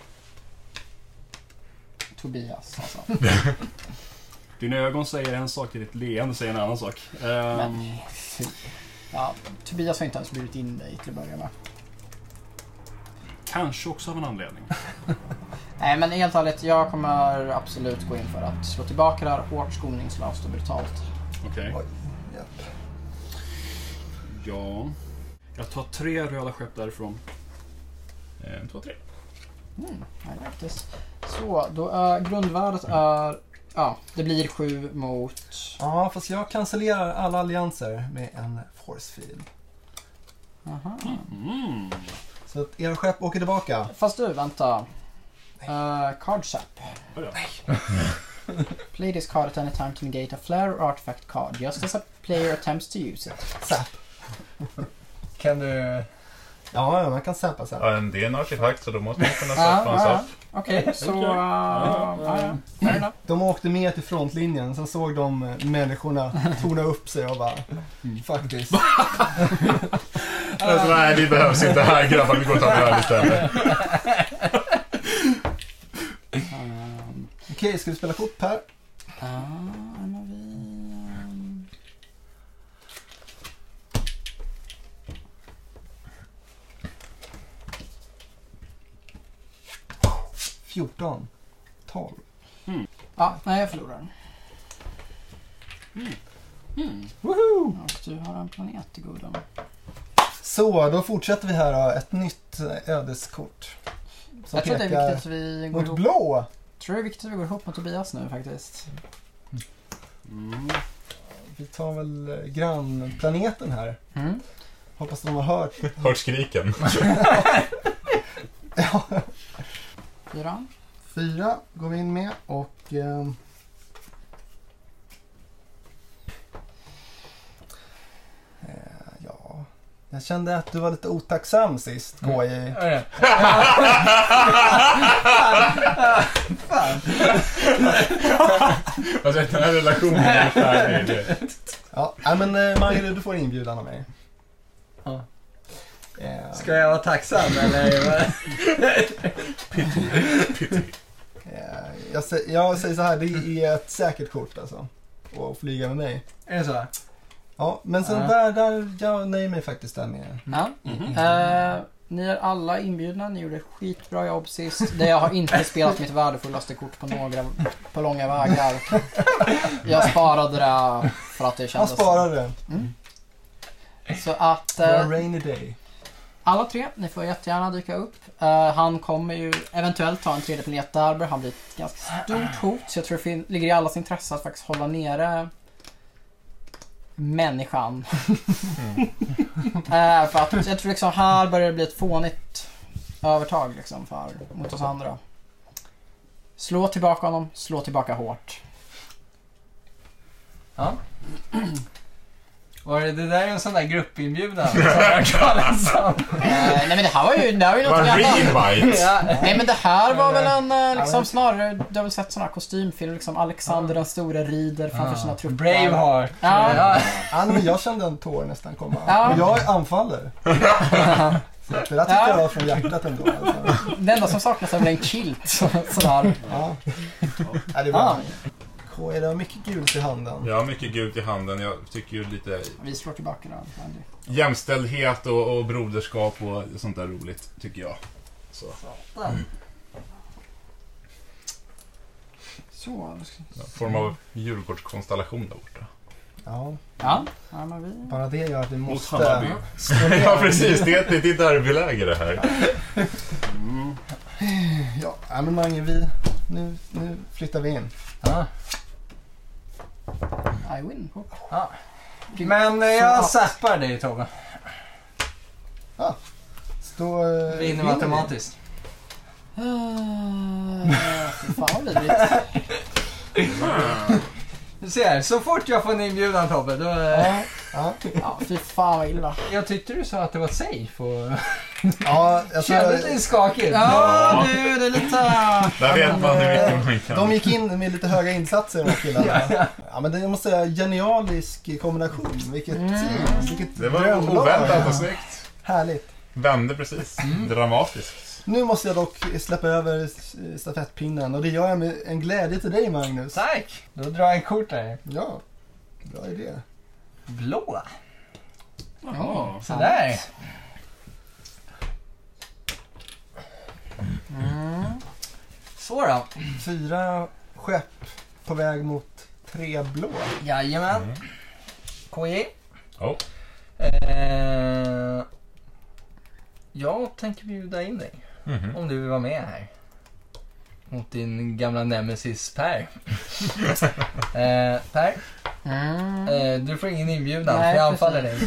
Tobias alltså. Dina ögon säger en sak, till ditt leende säger en annan sak. Ehm, Men, fy. Ja, Tobias har inte ens bjudit in dig till att börja med. Kanske också av en anledning. Nej, men helt ärligt, jag kommer absolut gå in för att slå tillbaka det här hårt, skoningslöst och brutalt. Okej. Oj, japp. Ja. Jag tar tre röda skepp därifrån. En, två, tre. Mm, I like this. Så, då är grundvärdet är... Ja, det blir sju mot... Ja, fast jag cancellerar alla allianser med en force field. Aha. Mm. Så att era skepp åker tillbaka. Fast du, vänta. Uh, card sap. Play this card at any time to negate a flare or artifact card, just as a player attempts to use it. Zap. Kan du... Ja, ja, man kan zappa sen. Ja, en det är en artefakt så då måste man kunna Ja, sappa en ja, sak. ja. Okej, så... Uh, ja, ja. Fair enough. De åkte med till frontlinjen, sen såg de eh, människorna torna upp sig och bara, faktiskt. Alltså, nej, vi behövs inte här grabbar, vi går och tar det här istället. Um, Okej, okay, ska vi spela kort här? Ja, men vi... Um... fjorton. tolv. Mm. Ja, nej jag förlorar. Mm. Mm. Woho! Och du har en planet i godan. Så, då fortsätter vi här då. Ett nytt ödeskort. Som Jag tror att det är pekar viktigt att vi går mot ihop. blå. Jag tror det är viktigt att vi går ihop med Tobias nu faktiskt. Mm. Vi tar väl grannplaneten här. Mm. Hoppas de har hört. Hört skriken. Ja. Fyra. Fyra går vi in med och... ehm, eh, ja... Jag kände att du var lite otacksam sist, K J. Fan. Alltså den här relationen är färdig. Ja, nej, men eh, Magnus, du får inbjudan av mig. Ja. Eh, Ska jag vara tacksam eller? eh, jag, sä- jag säger så här, det är ett säkert kort alltså. Att flyga med mig. Är det så? Ja, men sen Ja. där, där, jag nöjer mig faktiskt där med. Ja. Mhm. Eh, ni är alla inbjudna, ni gjorde skitbra jobb sist. Det jag har inte spelat mitt värdefullaste kort på några på långa vägar. Jag sparade det för att det Han kändes... sparar det. Mm. Så att... For a Eh, rainy day. alla tre, ni får jättegärna dyka upp. Eh, han kommer ju eventuellt ta en tredje planet där. Han blir ett ganska stort hot. Så jag tror det fin- ligger i allas intresse att faktiskt hålla nere människan. eh, för att jag tror liksom här börjar det bli ett fånigt övertag liksom för, mot oss andra. Slå tillbaka honom, slå tillbaka hårt. Ja. Var det, det där är en sån där gruppinbjudan som jag kallar som. Eh, nej men det här var ju, det här var ju Det något var en annat. re-invite. Ja. Nej men det här var väl en eh, Ja, liksom men- snarare, du har väl sett sådana här kostymfilm liksom Alexander den store rider framför sina trupper. Braveheart. Ja. Ja. Ja, men jag kände en tår nästan komma. Ja. Och jag anfaller. Så att det där tyckte Ja. jag var från hjärtat ändå. Alltså. Det enda som saknas är väl en kilt så, sådär. Ja. Ja, det är bra. K, det har mycket gult i handen. Jag har mycket gult i handen. Jag tycker ju lite Vi slår tillbaka då. Andy. jämställdhet och, och broderskap och sånt där roligt, tycker jag. Så. Så. då ska- Ja, form av djurgårdskonstellation där borta. Ja, Ja, ja men vi... bara det gör att vi Mot Hammarby. måste... Ja, precis. Det är, det är derbyläge det här. Mm. Ja, ja, men Mange, vi... Nu, nu flyttar vi in. Ja. I win. Ja. Men eh, jag zappar dig Tobbe. Så då eh, Vinner vi. automatiskt. Uh, fy fan vad vidrigt. Du ser, så fort jag får en inbjudan Tobbe, då... eh, Ja, ja. Ja, fy fan vad illa. Jag tyckte du sa att det var safe och... Ja, alltså, Kändes lite skakigt. Ja, du, det är lite... Där vet man hur mycket man kan. de gick in med lite höga insatser de här killarna. Ja, men det jag måste säga, genialisk kombination. Vilket Mm. team, vilket Det var drömlag. oväntat och snyggt. Härligt. Vände precis. Dramatiskt. Nu måste jag dock släppa över stafettpinnen och det gör jag med en glädje till dig, Magnus. Tack! Då drar jag en kort där. Ja, bra idé. Blå. Jaha. Sådär. Mm. Så då. Fyra skepp på väg mot tre blå. Jajamän. Mm. K J. Oh. Eh, jag tänker bjuda in dig. Mhm. Om du vill vara med här. Mot din gamla nemesis Per. eh, Per, Mm. eh, du får ingen inbjudan Nej, för jag anfaller dig.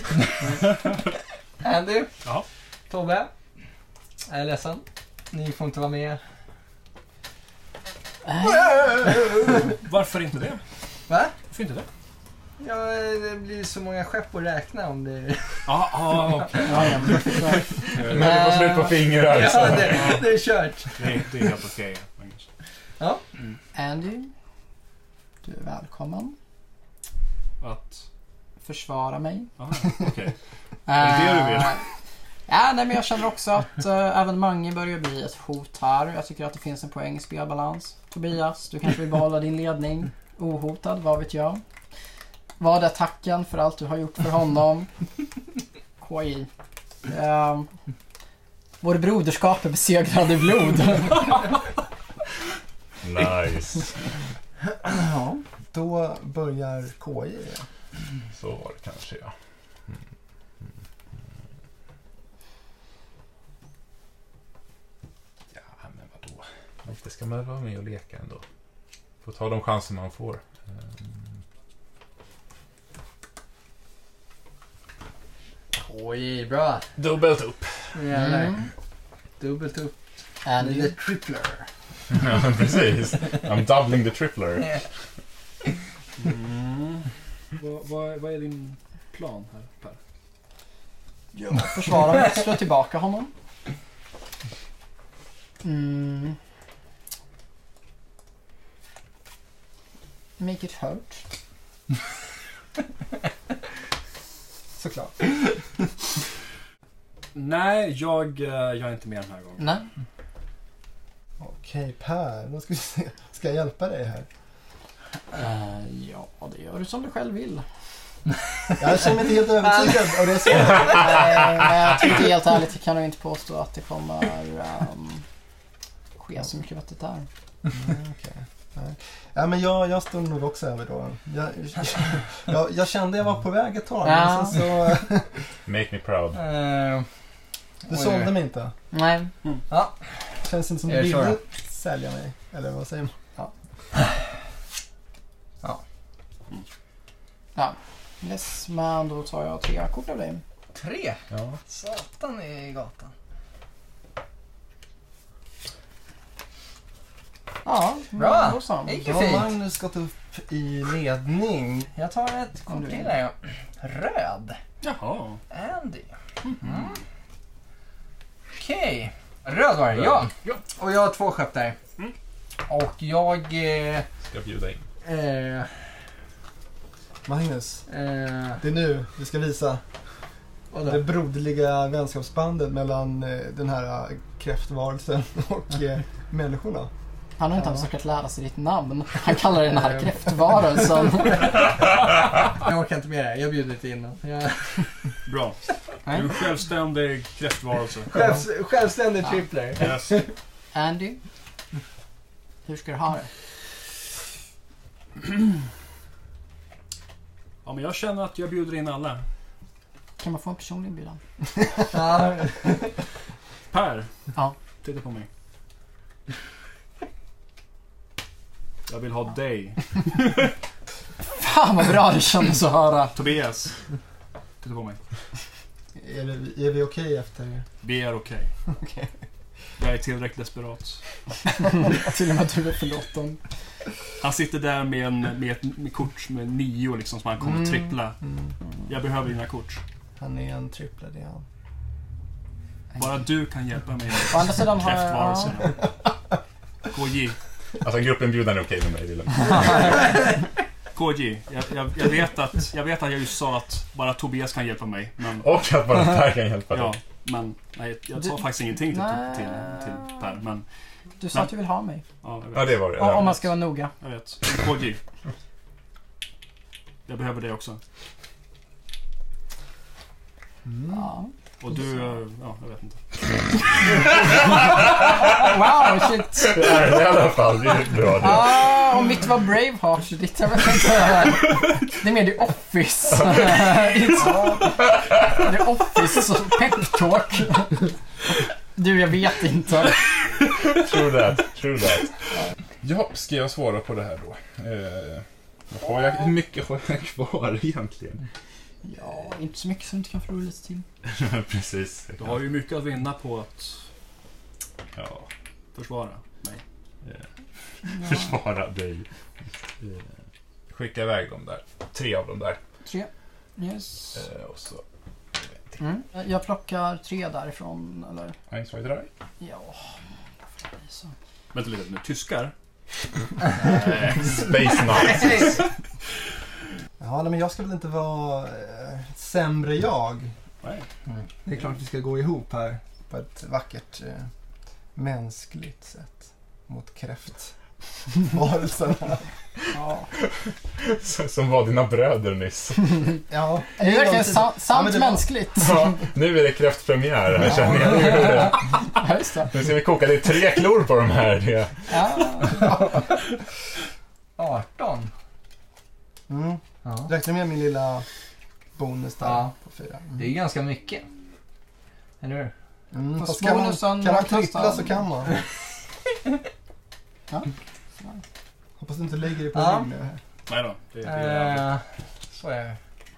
Andy, Ja. Tobbe, jag är ledsen. Ni får inte vara med. Varför inte det? Va? Varför inte det? Ja, det blir så många skepp att räkna om det. Ja, ja, okej. Ja, ja, men jag förstår. Nu är det på slut på fingrar. Ja, Så. det, det är kört. Det är, det är helt okej. Ja. Andy, du är välkommen. Att... Försvara mig. Aha, okej. Är det det du vill? Eh, Ja, nej, men jag känner också att äh, även Mange börjar bli ett hot här. Jag tycker att det finns en poäng i spelbalans. Tobias, du kanske vill behålla din ledning ohotad, vad vet jag. Vad är tacken för allt du har gjort för honom? K I. Uh, vår broderskap är besegrad i blod. Nice. Ja, då börjar K I. Så var det kanske, ja. Mm. Ja, men vadå? Lite ska man vara med och leka ändå. Får ta de chanser man får. Um, Oj, bra. Dubbelt upp. Jävlar. Mm. Dubbelt upp. Andy. The tripler. Ja, precis. I'm doubling the tripler. Mm. Vad, vad, vad är din plan här, Per? Ja, försvara mig, slå tillbaka honom. Mm. Make it hurt. Såklart. Nej, jag, eh, jag är inte med den här gången. Nej. Okej, Per. Då ska vi se. Ska jag hjälpa dig här? Uh, ja, det gör du som du själv vill. Jag känner mig inte helt övertygad av det som Nej, men jag tycker helt ärligt, jag kan nog inte påstå att det kommer um, ske så mycket vettigt där. Mm, okay. Ja, men jag, jag stod nog också över då. Jag, jag, jag kände jag var på väg ett tag. Ja. Men sen så, Make me proud. Uh, du sålde mig inte. Nej. ja. Känns inte som Jag du kör. ville sälja mig. Eller vad säger man? Ja. Ja. Ja. Yes, men då tar jag tre kort av dig. Tre. Ja. Satan i gatan. Ja, Bra. då så. Det gick Då ju har fint. Magnus gått upp i ledning. Jag tar ett Om du kort till vill. här. Ja. Röd. Jaha. Andy. Mm. Okej. Röd var det, ja. Ja. Och jag har två skepp där. Mm. Och jag... Eh, Ska bjuda in. eh, Magnus, eh, det är nu vi ska visa vadå? det broderliga vänskapsbandet mellan eh, den här eh, kräftvarelsen och eh, människorna. Han har inte ens försökt lära sig ditt namn. Han kallar den här kräftvarelsen. Jag orkar inte med det här. Jag bjuder inte innan. Jag... Bra. Du är en självständig kräftvarelse. Självs, självständig Ja. tripler. Yes. Andy, hur ska du ha det? Ja, men jag känner att jag bjuder in alla. Kan man få en personlig inbjudan? Ja. Per. Ja. Titta på mig. Jag vill ha dig. Fan vad bra det kändes att höra. Tobias. Titta på mig. Är, det, är vi okej efter? Vi är okej. Okej. Jag är tillräckligt desperat. Till och med du är förlåten. Han sitter där med, en, med ett med kort med nio liksom, som han kommer Mm. trippla. Mm. Jag behöver dina kort. Han är en trippler, det är han. Bara du kan hjälpa mig med Å andra sidan har jag... kräftvarelsen. K J. Alltså gruppenbjudan är okej med mig, Willem. K J. Jag, jag, jag, vet att, jag vet att jag just sa att bara Tobias kan hjälpa mig. Men, Och att bara Per kan hjälpa dig. ja, men nej, jag sa Du- faktiskt ingenting till, Nej. till, till Per. Men Du sa att du vill ha mig. ja, jag vet. Ja, det var det. Om om man ska vara noga. Jag vet. K J. Jag behöver det också. Mm. Ja. Och du, eh, ja, jag vet inte. Wow, shit. Det är det i alla fall, det är bra det. Ah, och mitt var Braveheart, så ditt jag vet inte. Det är mer The Office. The Office pep talk. Du, jag vet inte. True that, true that. Ja, ska jag svara på det här då? Eh, vad har jag, hur mycket har jag kvar egentligen? Ja, inte så mycket som inte kan förlora lite till. Precis. Du har ju mycket att vinna på att ja. försvara mig. Eh, försvara dig. Eh, skicka iväg dem där. Tre av dem där. Tre. Yes. Eh, och så... Mm. Jag plockar tre därifrån, eller? Ein, zwei, drei. Ja. Så. Vänta lite, nu tyskar? Space Nazis. Ja, nej, men jag ska väl inte vara eh, sämre jag. Nej. Mm. Det är klart att vi ska gå ihop här på ett vackert eh, mänskligt sätt mot kräftvarelserna. Ja. Som var dina bröder nyss. Ja, Det är verkligen sa- sant Ja, men det var- mänskligt. Ja, nu är det kräftpremiär här, känner jag. Ja, just det. Nu ska vi koka lite tre klor på de här. Det. Ja. arton. Mm. Ja. Räkna med min lilla bonus där Ja. på fyra. Det är ganska mycket. Eller hur? Mm, Fast fast kan man, bonusen kan man man trippla kastar- så kan man. Ja. Hoppas du inte lägger det på Ja. rygg nu här. Nej då, det är det är Eh, så är det.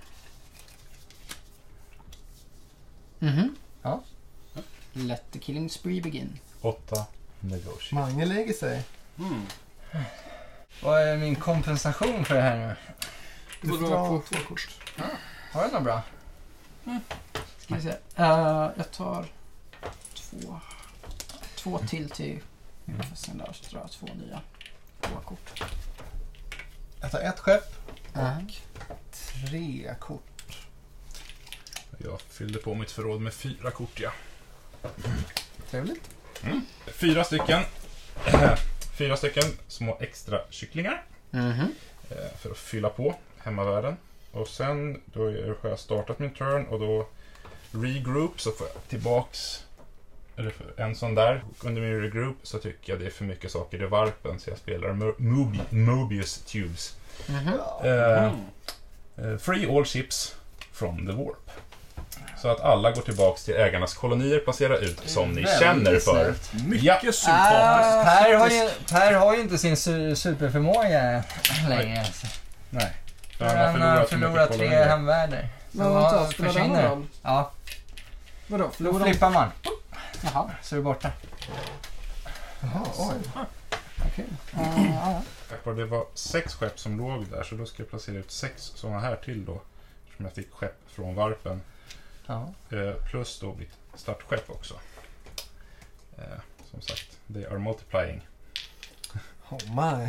Mhm. Ja. Let the killing spree begin. Åtta negotiate. Mange lägger sig. mm. Vad är min kompensation för det här nu? Du Du får drar dra på två kort. Har du något bra? Ska vi se. Uh, jag tar två, två till till sen där så drar jag två nya två kort. Jag tar ett skepp Uh. tre kort. Jag fyllde på mitt förråd med fyra kort, ja. Trevligt. Mm. Fyra stycken. Fyra stycken små extra kycklingar. Mhm. eh, För att fylla på hemmavärlden. Och sen då är- har jag startat min turn och då regroup så får jag tillbaks eller för en sån där. Och under min regroup så tycker jag det är för mycket saker i varpen så jag spelar Mo- Mobi- Mobius Tubes. Mhm. Eh, Mm. eh, free all ships from the warp. Så att alla går tillbaks till ägarnas kolonier, placera ut som ni Väldigt känner för. snällt. Mycket Ja. sympatiskt. Per har, ju, Per har ju inte sin su- superförmåga längre. Nej. För Han han har har förlorat så förlorat mycket tre kolonier. hemvärldar. Men Så vänta, han spelar det någon försvinner. roll? Ja, Vadå? då Förlorar de? flippar man. Jaha, Så är du borta. Jaha, oj. okej. Uh, ja, Och det var sex skepp som låg där så då ska jag placera ut sex sådana här till då. Som jag fick skepp från varpen. Ja. Eh, plus då mitt startskepp också. Eh, som sagt, they are multiplying. Oh my.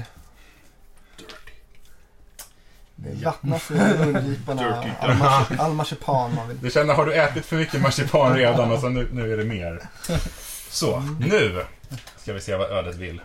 Det vattnas i mungiporna. Dirty. All marsi- all marsipan man vill. Du känner, har du ätit för mycket marsipan redan och så nu, nu är det mer. Så, nu ska vi se vad ödet vill.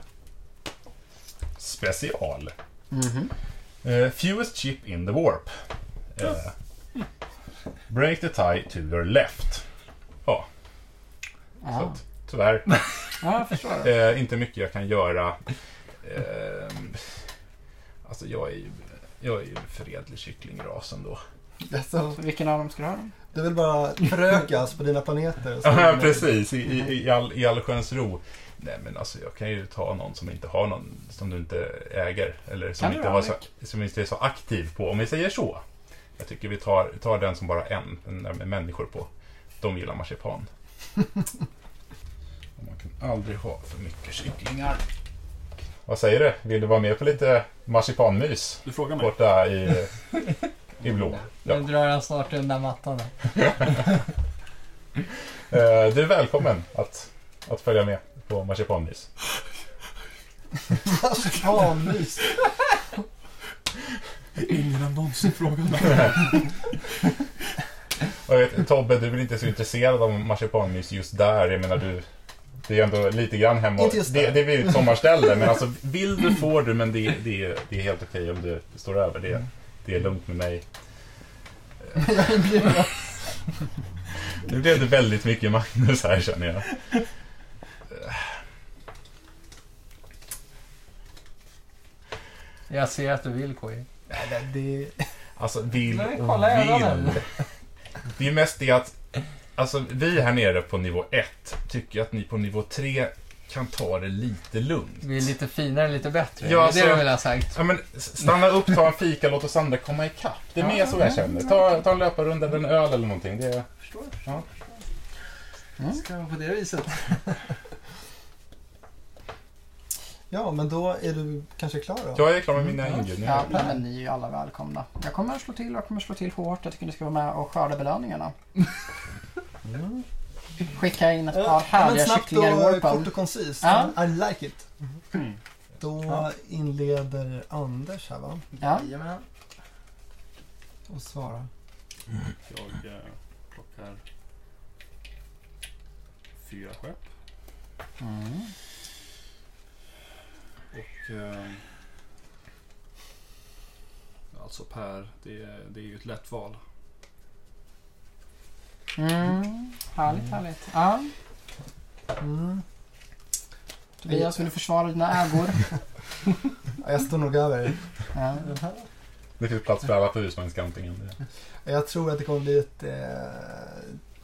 Special. Mhm. Uh, fewest chip in the warp. Uh, break the tie to your left. Ja, så Ja, att, tyvärr. ja, jag förstår det. Eh, inte mycket jag kan göra. Eh, alltså jag är ju jag är ju en fredlig kycklingras ändå. Alltså, Vilken av dem ska du ha? du vill bara förökas på dina planeter. och så- Ja, precis. I, i, i, all, I allsköns ro. Nej, men alltså jag kan ju ta någon som inte har någon, som du inte äger. Eller som, Kan du inte, då, har så, Alec? som inte är så aktiv på. Om vi säger så. Jag tycker vi tar, tar den som bara en, den där med människor på. De gillar marsipan. Och man kan aldrig ha för mycket kycklingar. Vad säger du? Vill du vara med på lite marsipanmys? Du frågar mig. Borta i, i blå. Ja. Nu drar jag snart undan mattan. Eh, Du är välkommen att, att följa med på marsipanmys. Marsipanmys. Ingen har någonsin frågat mig. Och jag vet, Tobbe, du är väl inte så intresserad av marsipanmys just där. Jag menar, du, det är ändå lite grann hemma. Inte just det, där. det är väl ett sommarställe, men alltså vill du får du, men det, det, är- det är helt okej om du står över. Det, det är lugnt med mig. Jag är inbjuden. Nu blev det väldigt mycket Magnus här, känner jag. Jag ser att du vill, K J. Nej, det... Alltså, vill Nej, och kolla ögonen. vill. Det är mest det att alltså, vi här nere på nivå ett tycker att ni på nivå tre kan ta det lite lugnt. Vi är lite finare, lite bättre. Ja, det är så- det du vill ha sagt. Ja, men stanna upp, ta en fika, låt oss andra komma ikapp. Det är mer så jag känner. Ta, ta en löparrunda eller en öl eller någonting. Det är... Förstår, Ja. Mm. Ska vara på det viset. Ja, men då är du kanske klar då? Jag är klar med mina inbjudningar. Ja, men ni är ju alla välkomna. Jag kommer att slå till och jag kommer att slå till hårt. Jag tycker ni ska vara med och skörda belöningarna. Mm. Skicka in ett par Ja, men härliga snabbt kycklingar i och Warpub. kort och koncist. Ja. I like it. Mm. Då Ja. inleder Anders här, va? Ja. Jajamän. Och svarar. Jag eh, plockar fyra skepp. Mm. Och eh, alltså Per, det är, det är ju ett lätt val. Mm. Härligt, härligt. Ja. Mm. Tobias, vill du försvara dina ägor? Ja, jag står nog över. Ja. Det finns plats för alla på husvagnskantingen. Jag tror att det kommer bli ett... Eh...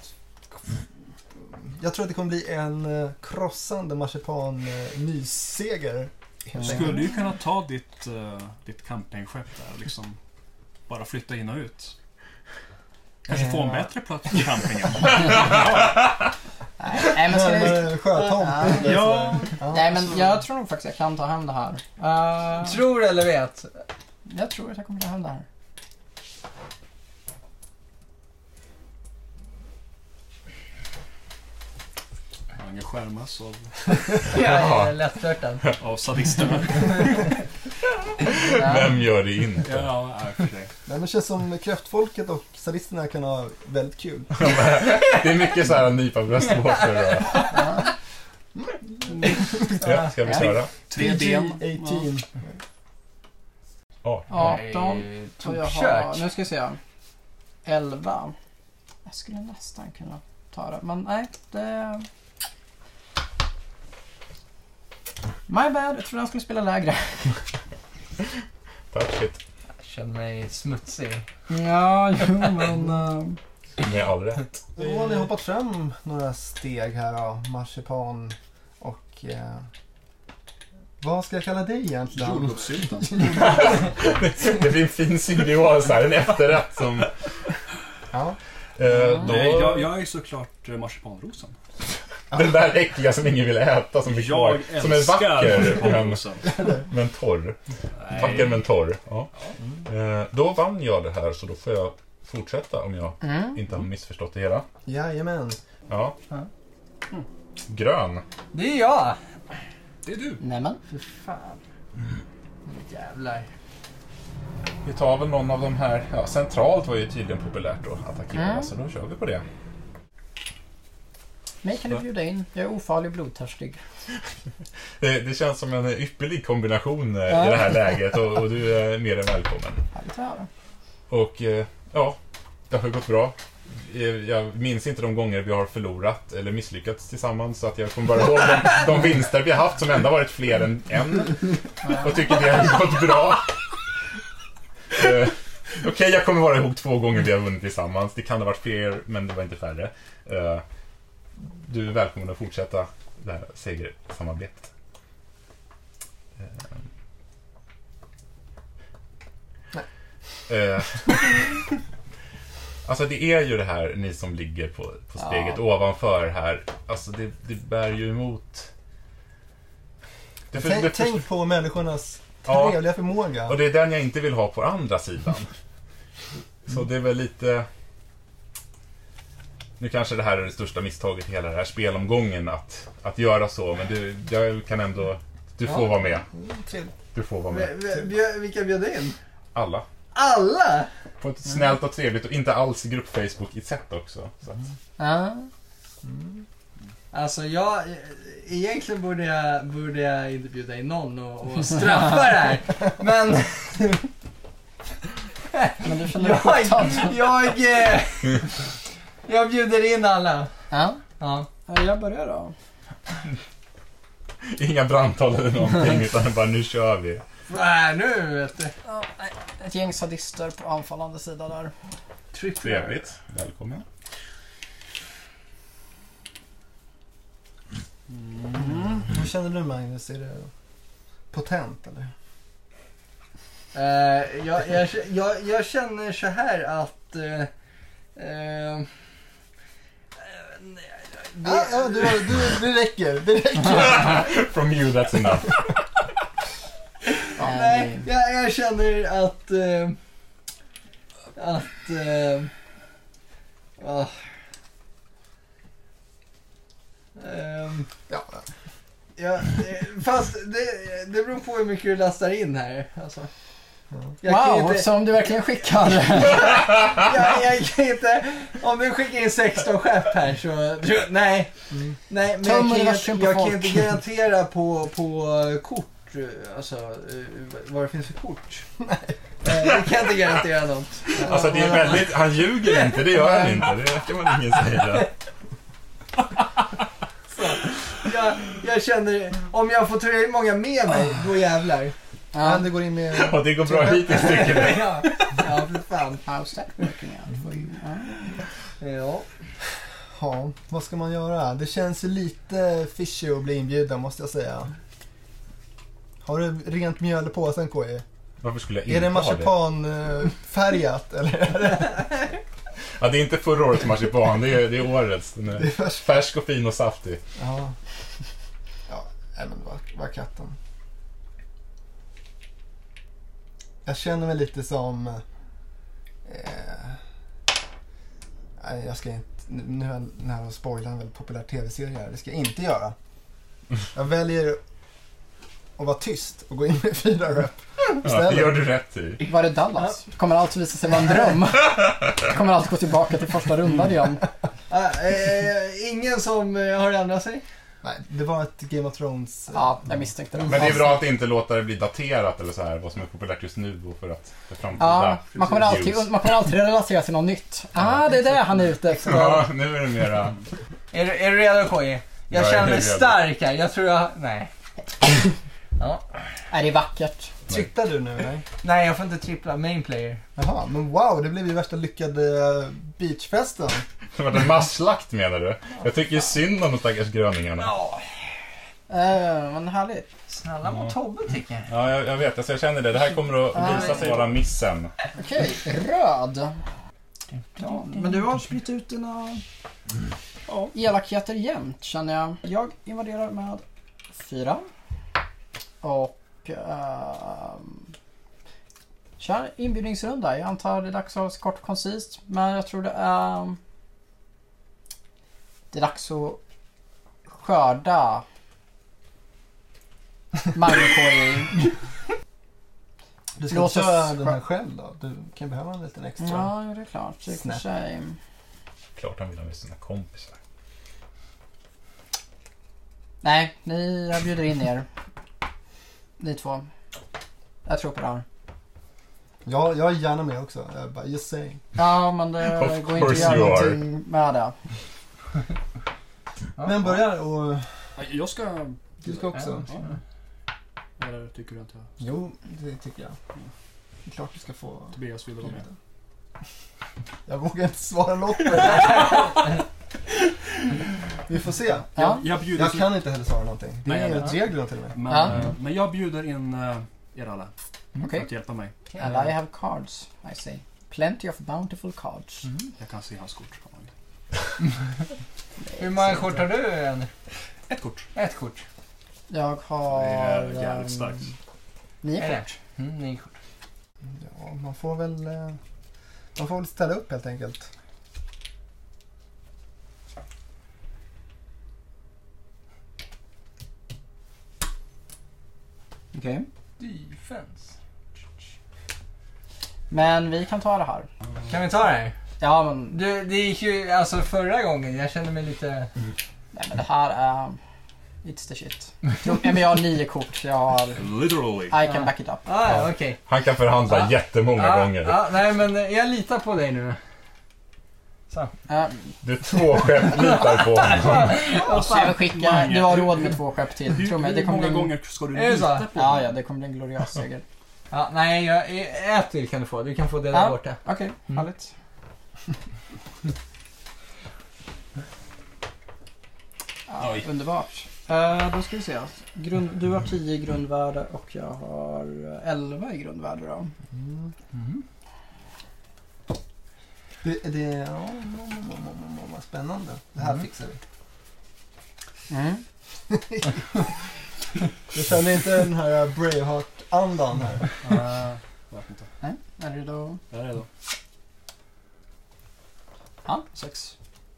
Jag tror att det kommer bli en eh, krossande marsipan-mysseger. Du skulle ju kunna ta ditt, uh, ditt camping-skepp där och liksom bara flytta in och ut. Kanske få en Ja. bättre plats på campingen. Nej, men ska ni... Närmare sjötomt. Ja. Ja. Nej, men jag tror nog faktiskt jag kan ta hem det här. Uh, Tror eller vet? jag tror att jag kommer ta hem det här. Han skärmas av, Jag är lättflörtad. av sadisterna. Ja. Vem gör det inte? Ja, nej, för sig. Nej, men det känns som kräftfolket och sadisterna kan ha väldigt kul. Det är mycket så här nypa bröstvårtor och... Ja, ska vi köra? Tre P G ben. arton. Ja. arton. Så jag har, Tokkört. nu ska vi se. elva. Jag skulle nästan kunna ta det, men nej, det... My bad, jag trodde han skulle spela lägre. Touch it. Jag känner mig smutsig. Ja, jo, men... Uh... Med all rätt. Då har ni hoppat fram några steg här då. Marsipan och... Eh, vad ska jag kalla dig egentligen? Jordgubbssylta. Det blir en fin symbios här, en efterrätt som... Ja. Eh, då... Nej, jag, jag är såklart eh, marsipanrosen. Den där äckliga som ingen vill äta som blir kvar. Jag Som är älskar vacker men, marsipanrosen. men torr. Nej. Vacker men torr. Ja. Eh, då vann jag det här så då får jag fortsätta om jag Mm. inte har missförstått det hela. Jajamän. Ja. Ja. Grön. Det är jag! Det är du. Nämen. Fy fan. Jävlar. Vi tar väl någon av de här. Ja, centralt var ju tydligen populärt att attackera Mm. så då kör vi på det. Mig kan du bjuda in. Jag är ofarlig och blodtörstig. Det, det känns som en ypperlig kombination eh, Ja. i det här läget och, och du är mer än välkommen. Härligt att höra. Och eh, ja, det har gått bra. Eh, Jag minns inte de gånger vi har förlorat eller misslyckats tillsammans så att jag kommer bara ihåg de, de vinster vi har haft som ändå varit fler än en och tycker det har gått bra. Eh, Okej, okay, jag kommer vara ihåg två gånger vi har vunnit tillsammans. Det kan ha varit fler, men det var inte färre. Eh, Du är välkommen att fortsätta det här segersamarbetet. Eh, alltså det är ju det här, ni som ligger på, på steget Ja. ovanför här. Alltså det, det bär ju emot. Det för, Tänk, det för, tänk på människornas Ja. trevliga förmåga. och det är den jag inte vill ha på andra sidan. Så det är väl lite... Nu kanske det här är det största misstaget i hela den här spelomgången att, att göra så, men du, jag kan ändå... Du får Ja. vara med. Mm, trevligt. Du får vara med. Vilka bjöd in? Alla. Alla? På ett snällt och trevligt och inte alls grupp-Facebook i ett sätt också. Så att, Ja. Alltså jag... Egentligen borde jag, borde jag inte bjuda in någon och, och straffa det här. Men Men du känner dig jag... hotad. Jag... eh, Jag bjuder in alla. Ja. Ja. Jag börjar då. Inga brandtal eller någonting, utan bara nu kör vi. Nej, nu vet du. Ja, ett gäng sadister på anfallande sida där. Trevligt. Välkommen. Mm. Hur känner du, Magnus? Är det potent eller? Uh, jag, jag, jag, jag känner så här att... Uh, uh, det, ah, ja, du, du, det räcker. Det räcker. From you, that's enough. Nej, jag, jag känner att... Uh, att... Uh, uh, um, ja. Ja, fast det, det beror på hur mycket du lastar in här. Alltså. Jag wow, inte, som du verkligen skickar. jag, jag kan inte... Om du skickar in sexton skepp här så... Nej, mm. nej men jag kan, jag, jag kan inte garantera på, på kort. Alltså, vad det finns för kort. Nej. Jag kan inte garantera något. Alltså det är väldigt... Han ljuger inte, det gör han inte. Det kan man ingen säga. Jag, jag känner, om jag får tillräckligt många med mig, då jävlar. Ja, det går in med... Och det går bra hittills, tycker du. Ja, ja, för fan. How's that working out for you? Ja. Ja, vad ska man göra? Det känns ju lite fishy att bli inbjuden, måste jag säga. Har du rent mjöl på sen, K J? Varför skulle jag inte Är det ha marsipanfärgat, eller är det... Ja, det är inte förra årets marsipan, det är, det är årets. Den är, det är färsk. färsk och fin och saftig. Ja, ja nej, men vad, vad katten. Jag känner mig lite som... Eh, nej, jag ska inte... Nu är jag nära att spoila en väldigt populär tv-serie här. Det ska jag inte göra. Jag väljer att vara tyst och gå in med fyra rep. Ja, det gör du rätt i. Var det Dallas? Det kommer alltid visa sig vara en dröm. Det kommer alltid gå tillbaka till första rundan igen. Äh, äh, ingen som äh, har ändrat sig? Nej, det var ett Game of Thrones... Äh, ja, jag misstänkte det. Men det är bra att inte låta det bli daterat eller så här, vad som är populärt just nu och för att det framtida... Ja, man kommer alltid, man kommer alltid relatera till något nytt. Ah, det är det han är ute efter. Ja, nu är det mera... är, du, är du redo, K J? Jag, jag känner mig stark här. Jag tror jag... Nej. Ja. Är det är vackert. Tripplar du nu, eller? Nej, jag får inte trippla. Main player. Jaha, men wow, det blev ju värsta lyckade beachfesten. Det var en masslakt, menar du? Jag tycker synd om de stackars gröningarna. Ja. Uh, men härligt. Snälla mot ja. Tobbe, tycker jag. Ja, jag, jag vet. Alltså, jag känner det. Det här kommer att visa sig vara missen. Okej, okay, röd. Ja, men du har spritt ut dina ja, elakheter jämt, känner jag. Jag invaderar med fyra. Och uh, kör inbjudningsrunda. Jag antar det är dags att kort och koncist, men jag tror det är det är dags att skörda Magnus i. Du ska Låt köra oss... den här själv då. Du kan behöva en liten extra. Ja, det är klart. Det är för sig. Klart han vill ha med sina kompisar. Nej, ni, jag bjuder in er. Ni två. Jag tror på det här. Ja, jag är gärna med också. Jag är bara, just saying. Ja, men det går inte att göra någonting med det. Men börjar och... Jag ska... Du ska också. Ja, ja. Eller tycker du inte? Jo, det tycker jag. Det är klart du ska få... Tobias vill vara med. Jag vågar inte svara Lotte. Vi får se. Ja. Jag, jag, bjuder jag kan inte heller svara någonting. Det Nej, är jag ett regler till och med. Men, ja. äh, men jag bjuder in äh, er alla. Mm. För att hjälpa mig. And I have cards, I say. Plenty of bountiful cards. Mm. Jag kan se hans kort. Hur många kort har du än? Ett kort. Ett kort. Jag har... Det är jävligt starkt. Nio kort. Mm, nio kort. Ja, man får väl... Man får väl ställa upp helt enkelt. Okej. Okay. Defense. Men vi kan ta det här. Kan vi ta det här? Ja, men... Du, det gick ju alltså förra gången. Jag kände mig lite... Mm. Nej, men det här är... It's the shit. Jo, men jag har nio kort. Jag har... Literally. I can back it up. Ah, ja, okej. Okay. Han kan förhandla ah, jättemånga ah, gånger. Ah, nej, men jag litar på dig nu. Så. Äh, Du två skepp litar på honom. och så jag skickar, du har råd med två skepp till. Hur, Tro mig, det hur kommer många bli en, gånger ska du Är det så? lita på ja, mig? ja, det kommer bli en gloriös seger. Ja, nej, jag, ett till kan du få. Du kan få det där Ja. borta. Okej, okay, Mm. härligt. Ja, Oj. underbart. Uh, då ska vi se. Grund, du har tio i grundvärde och jag har elva i grundvärde då. Mm. Mm. Det, det ja, vad spännande. Det här Mm. fixar vi. Mm. Jag känner inte den här Braveheart-andan här. Uh, jag vet inte. Nej, är det då? Jag är redo. Ja. Sex.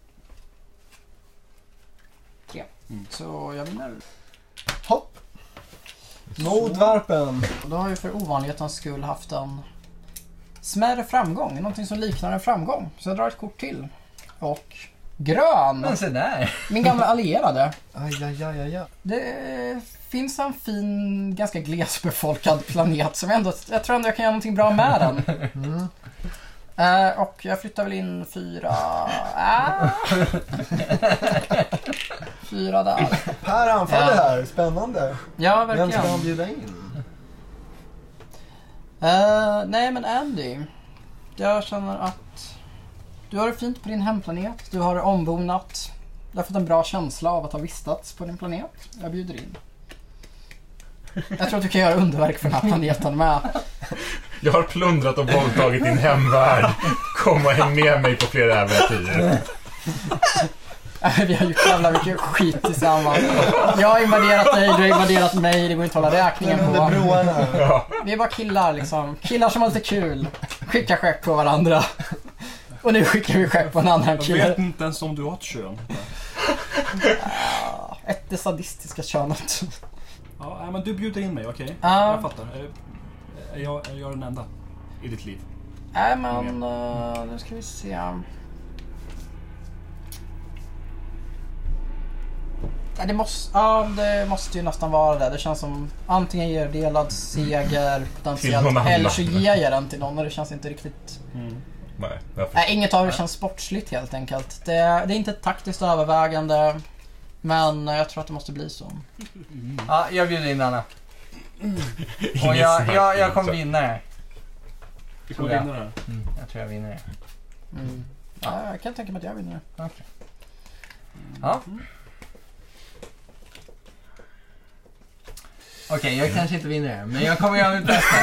Så jag vinner. Hopp! Nordvarpen. Och då har jag för ovanlighetens skull haft en smärre framgång. Någonting som liknar en framgång. Så jag drar ett kort till. Och grön. Men se där. Min gamla allierade. Aj, aj, aj, aj, aj. Det finns en fin, ganska glesbefolkad planet som ändå, jag tror ändå jag kan göra någonting bra med den. Mm. Uh, och jag flyttar väl in fyra... Ah. Fyra där. Per anfaller Ja. här, spännande. Ja, Vem ska han verkligen. bjuda in? Uh, nej, men Andy. Jag känner att du har det fint på din hemplanet. Du har det ombonat. Du har fått en bra känsla av att ha vistats på din planet. Jag bjuder in. Jag tror att du kan göra underverk för den här planeten med. Jag har plundrat och våldtagit din hemvärld. Kom och häng med mig på flera äventyr. Vi har gjort jävla mycket skit tillsammans. Jag har invaderat dig, du har invaderat mig. Det går inte att hålla räkningen Under på. broarna. Ja. Vi är bara killar liksom. Killar som har lite kul. Skickar skepp på varandra. Och nu skickar vi skepp på en annan Jag kille. vet inte ens om du har ett kön. Ah, ett det sadistiska könet. Ja, nej, men du bjuder in mig, okej? Ja. Jag fattar. Är, är, jag, är jag den enda i ditt liv? Nej men, uh, nu ska vi se. Ja, det, måste, ja, det måste ju nästan vara det. Det känns som antingen ger delad seger Till potentiellt någon annan. eller så ger jag den till någon och det känns inte riktigt... Mm. Nej, jag Nej, inget av det känns sportsligt helt enkelt. Det, det är inte ett taktiskt övervägande men jag tror att det måste bli så. Ja, jag bjuder in Anna. Ingen Och jag, snack, jag, jag kommer så. vinna det. Vi kommer Ja. vinna det här. Mm, jag tror jag vinner det. Mm. Ja, jag kan tänka mig att jag vinner. Okay. Ja. Okej, okay, jag kanske inte vinner det, men jag kommer göra mitt bästa.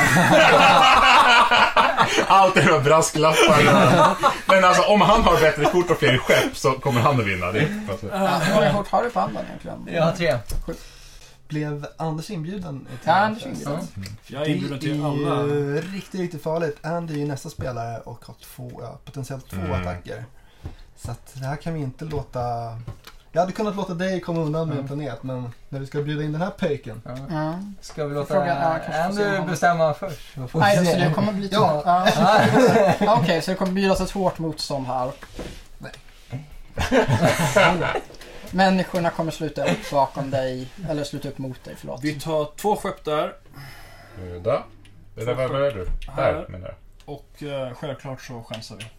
Allt är några brasklappar. Men alltså om han har bättre kort och fler skepp så kommer han att vinna. Det är, alltså. Ja, hur många kort har du på handen egentligen? Jag har tre. Blev Anders inbjuden? till Ja, det här Anders förresten? inbjuden. Jag är inbjuden Det till är alla. ju riktigt, riktigt farligt. Andy är ju nästa spelare och har två, ja, potentiellt två Mm. attacker. Så att det här kan vi inte låta... Jag hade kunnat låta dig komma undan med en planet, men när vi ska bjuda in den här pöjken. Ja. Mm. Ska vi låta Frågan- ja, kanske får se om Andy han- bestämma först? Så får vi Nej, se. så det kommer bli Ja. ja. Ja. Ja, Okej, så det kommer bjudas ett hårt motstånd här. Nej. Människorna kommer sluta upp bakom dig, eller sluta upp mot dig, förlåt. Vi tar två skepp där. Där. Eller vad vad är du? Här. Där menar jag. Och eh, självklart så chansar vi.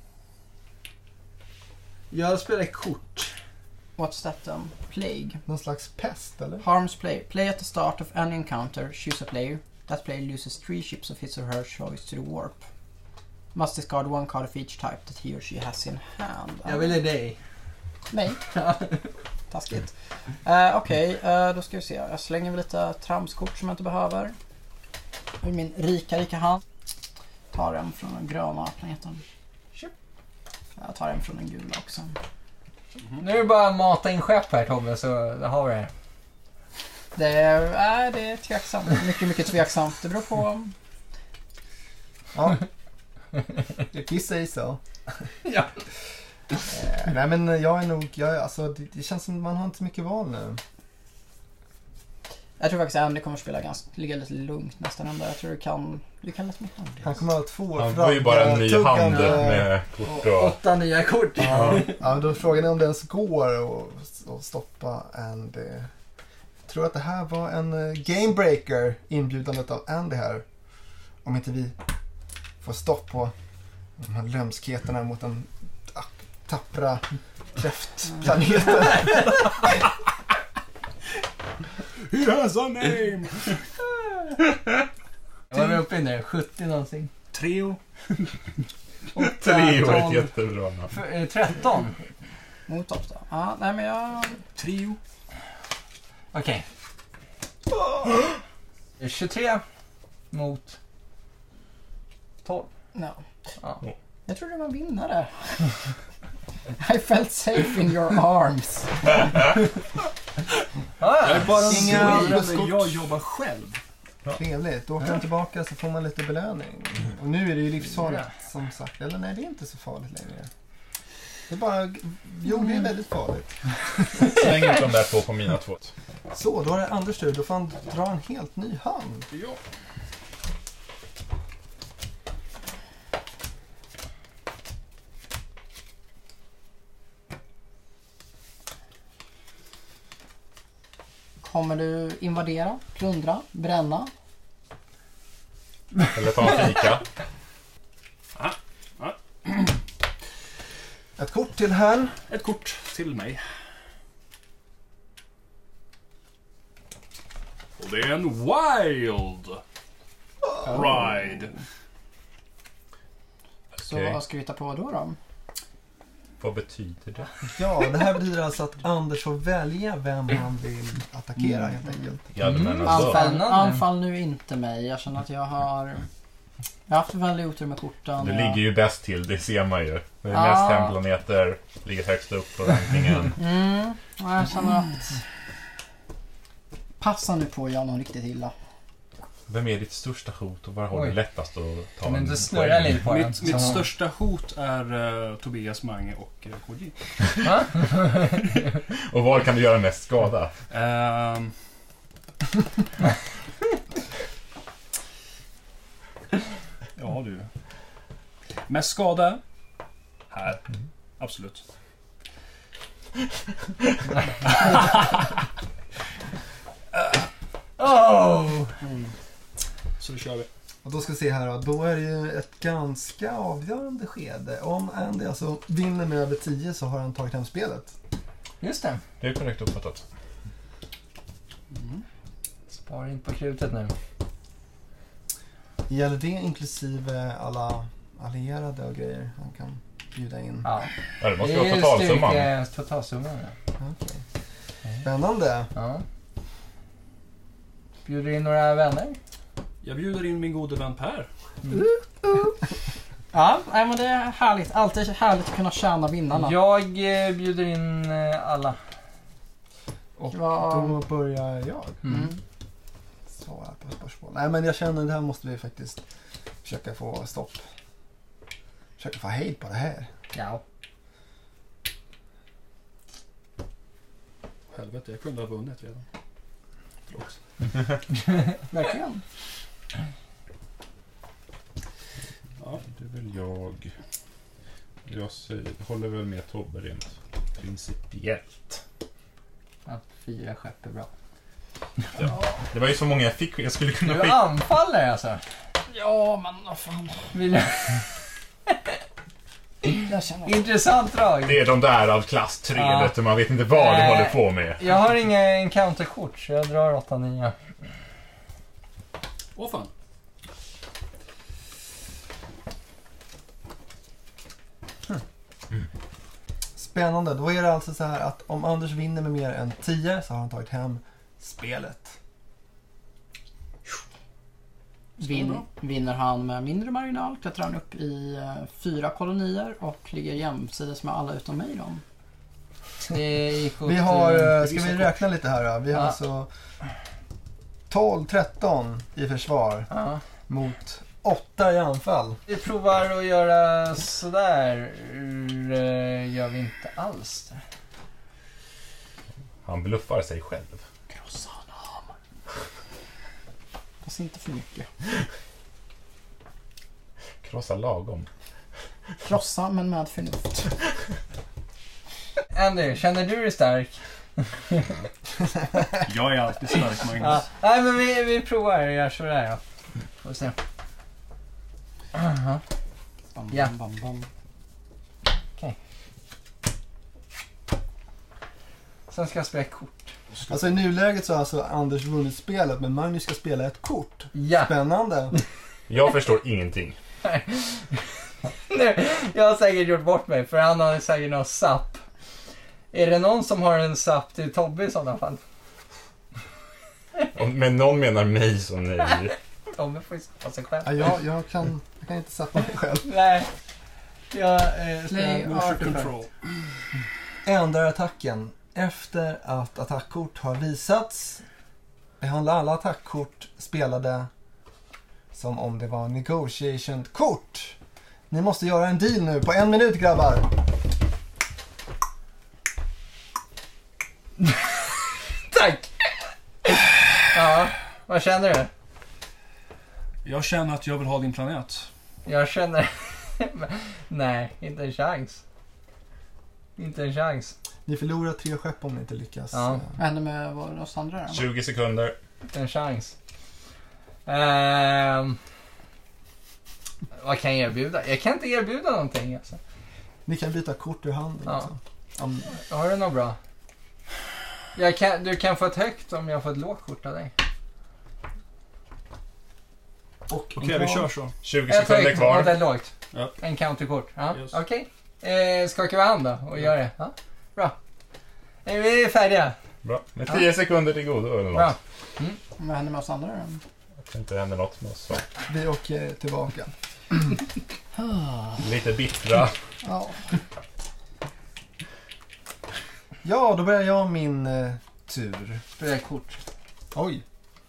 Jag spelar kort. What's that then? Plague. Någon slags pest, eller? Harms play. Play at the start of any encounter. Choose a player. That player loses three ships of his or her choice to the warp. Must discard one card of each type that he or she has in hand. Jag vill dig. Nej. Taskigt. Uh, Okej, okay, uh, då ska vi se. Jag slänger väl lite tramskort som jag inte behöver. Ur min rika, rika hand. Tar en från den gröna planeten. Jag tar en från den gula också. Nu är det bara att mata in skepp här Tobbe, så har vi det. Det är, äh, det är tveksamt. Mycket, mycket tveksamt. Det beror på... Ja. If you say so. Ja. Eh, nej men jag är nog, jag är, alltså, det, det känns som man har inte så mycket val nu. Jag tror faktiskt att Andy kommer spela ganska, ligga lite lugnt nästan ändå. Jag tror du kan, du kan läsa mitt namn. Han kommer ha två Han får ju bara en ny tuggande- hand med kort och... Åtta nya kort. Ja, ja, då frågan är om det ens går att, att stoppa Andy. Jag tror att det här var en uh, gamebreaker, inbjudandet av Andy här. Om inte vi får stopp på de här lömskheterna mot en ah, tappra kräftplaneten. He has a name! Vad var vi uppe i nu? sjuttio någonting. Trio. Tre år är jättebra. För, eh, tretton. Mot oss då. Ja, nej men jag... Trio. Okej. Okay. tjugotre mot tolv. No. Ja. Jag trodde det var en vinnare. I felt safe in your arms. Ah, Jag är bara en Inga spelare, buskort. jag jobbar själv. Trevligt. Då åker han tillbaka så får man lite belöning. Och nu är det ju livsfarligt som sagt. Eller nej, det är inte så farligt längre. Det är bara... Jo, det är väldigt farligt. Släng ut de där två på mina två. Så, då är det Anders tur. Då får han dra en helt ny hand. Ja. Kommer du invadera, plundra, bränna? Eller ta en fika. Ett kort till här. Ett kort till mig. Och det är en wild ride. Så Okej. vad ska vi ta på då då? Vad betyder det? Ja, det här betyder alltså att Anders får välja vem han vill attackera helt enkelt. Jajamän, alltså. Anfall, Spännande. anfall nu inte mig. Jag känner att jag har... Jag har haft väldigt otur med korten. Du ligger ju bäst till, det ser man ju. Det är Ah. mest hemplaneter, ligger högst upp på rankingen. Mm, jag känner att... Passa nu på att göra någon riktigt illa. Vem är ditt största hot och var har Oj. du lättast att ta Kan du en inte snurra poäng? lite på den? Mitt, mitt Så- största hot är uh, Tobias, Mange och uh, K J. Va? Och var kan du göra mest skada? Ehm. Ja du. Mest skada här. Absolut. Oh! Så då kör vi. Och då ska vi se här då. Då är det ju ett ganska avgörande skede. Om Andy alltså vinner med över tio så har han tagit hem spelet. Just det. Det är korrekt uppfattat. Spara in på krutet nu. Gäller det inklusive alla allierade och grejer han kan bjuda in? Ja. Ja, det måste Det vara är totalsumman. styrke- Totalsumman, ja. Okej. Spännande. Ja. Bjuder in några vänner? Jag bjuder in min gode vän Per. Ja, nej, men det är härligt. Alltid härligt att kunna tjäna vinnarna. Jag eh, bjuder in eh, alla. Och Vad- då börjar jag Mm. svara på spörsmål. Nej men jag känner att det här måste vi faktiskt försöka få stopp. Försöka få hejd på det här. Ja. Helvete, jag kunde ha vunnit redan. Förlåt. Verkligen. Ja. Det är väl jag. Jag säger, håller väl med Tobbe rent principiellt. Att fyra skepp är bra. Det var ju så många jag fick. Jag skulle kunna Du skicka. anfaller alltså. Ja, men vad fan. Vill jag... Jag känner... Intressant drag. Det är de där av klass tre, Ja. vet du, man vet inte vad de Nej. håller på med. Jag har inga encounterkort så jag drar åtta nio. Åh fan. Spännande. Då är det alltså så här att om Anders vinner med mer än tio så har han tagit hem spelet. Vin, vinner han med mindre marginal klättrar han upp i eh, fyra kolonier och ligger jämsides med alla utom mig då. Det gick åt, Vi har, eh, eh, ska vi räkna lite här då? Vi har Ja. alltså tolv tretton i försvar Ja. mot åtta i anfall. Vi provar att göra sådär. Eh, Gör vi inte alls det. Han bluffar sig själv. Krossa honom. Fast inte för mycket. Krossa lagom. Krossa men med förnuft. Andy, känner du dig stark? Jag är alltid stark, Magnus. Ja. Nej men vi, vi provar att göra sådär då. Får vi se. Aha. Bam, Ja. bam, bam, bam. Sen ska jag spela ett kort. Alltså i nuläget så har alltså Anders vunnit spelet, men Magnus ska spela ett kort. Ja. Spännande. Jag förstår ingenting. Nu, jag har säkert gjort bort mig, för han har säkert någon sapp. Är det någon som har en sapp till Tobbe i sådana fall? Om- Men någon menar mig som nej. Tobbe får ju sappa sig själv. Ja, jag, jag, kan, jag kan inte sappa mig själv. Nej. Jag eh, Play ska... Motion Artifact. control. Ändrar attacken. Efter att attackkort har visats behandla alla attackkort spelade som om det var negotiation-kort. Ni måste göra en deal nu på en minut, grabbar. Tack! Ja, vad känner du? Jag känner att jag vill ha din planet. Jag känner... Nej, inte en chans. Inte en chans. Ni förlorar tre skepp om ni inte lyckas. Ja. Vad händer med vad oss andra då? tjugo sekunder. Inte en chans. Ehm, vad kan jag erbjuda? Jag kan inte erbjuda någonting alltså. Ni kan byta kort ur handen. Ja. Alltså. Om, Har du något bra? Jag kan, du kan få ett högt om jag får ett lågt kort av dig. och Okej, vi kör så. tjugo Ett sekunder högt och kvar. ett lågt. Ja. En counterkort. Ja, Yes. okej. Eh, skakar vi hand då och gör det. Ja, bra. Är vi färdiga? Bra. Med tio sekunder till godo eller Bra. något. Vad händer med oss andra då? Jag tror inte det händer något med oss. Så. Vi åker tillbaka. Lite bittra. Ja. Ja, då börjar jag min eh, tur. Spela kort. Oj.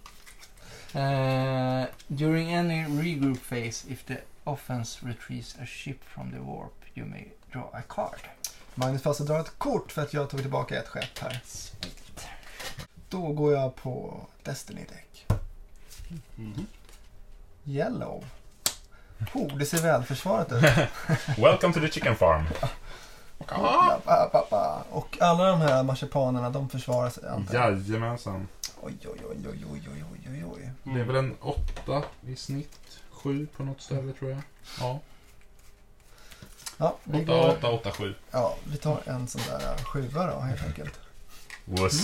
Uh, during any regroup phase, if the offense retrieves a ship from the warp, you may draw a card. Magnus får alltså dra ett kort för att jag tog tillbaka ett skepp här. Då går jag på Destiny-däck. Mhm. Yellow. Oh, det ser välförsvarat ut. Welcome to the chicken farm. Ba, ba, ba, ba. Och alla de här marsipanerna, de försvarar sig. antar jag. Jajamensan. Oj, oj, oj, oj, oj, oj, oj, oj. Det är väl en åtta i snitt. Sju på något ställe tror jag. Ja. Ja, vi Åtta, går... åtta, åtta, sju. Ja, vi tar en sån där sjua då, helt enkelt. Wuss.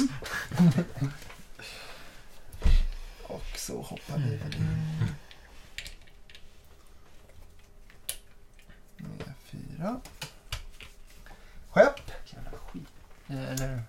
Och så hoppar vi väl in. Med fyra. Skepp. Jävla skit. Eller...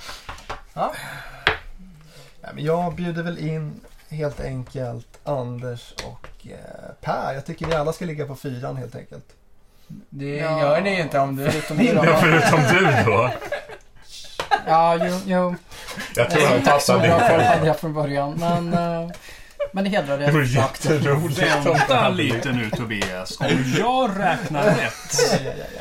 Nej, men jag bjuder väl in helt enkelt Anders och eh, Per. Jag tycker vi alla ska ligga på fyran helt enkelt. Det Ja, gör ni inte om du... Förutom du då. Ja, förutom du då. Ja, jo, jo. Jag tror han Inte så passade bra koll lite. hade jag från början, men, eh, men det hedrar Det var det. sagt. jätteroligt. Vänta lite nu Tobias. Om jag räknar rätt Ja, ja,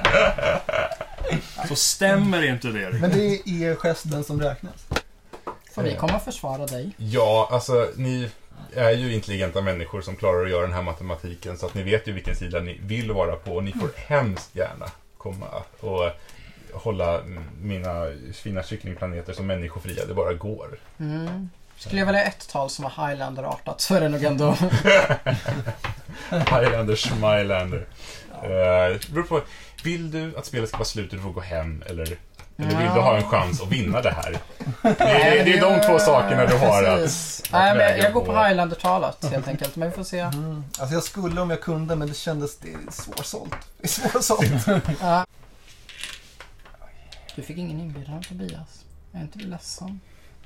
ja. så stämmer inte det. Men det är gesten som räknas. Får vi komma och försvara dig? Ja, alltså ni är ju intelligenta människor som klarar att göra den här matematiken så att ni vet ju vilken sida ni vill vara på och ni får hemskt gärna komma och hålla mina fina kycklingplaneter som människofria. Det bara går. Mm. Skulle jag välja ett tal som var Highlander-artat så är det nog ändå... Highlander, Smilander. Uh, beror på, vill du att spelet ska vara slut och du får gå hem eller, eller vill du ha en chans att vinna det här? Det är, det är de två sakerna du har att, Precis. att Nej, men väga jag går på på. Highlander-talet helt enkelt, men vi får se. Mm. Alltså jag skulle om jag kunde, men det kändes det är svårsålt. Det är svårsålt. Ja. Du fick ingen inbjudan av Tobias. Är inte du ledsen?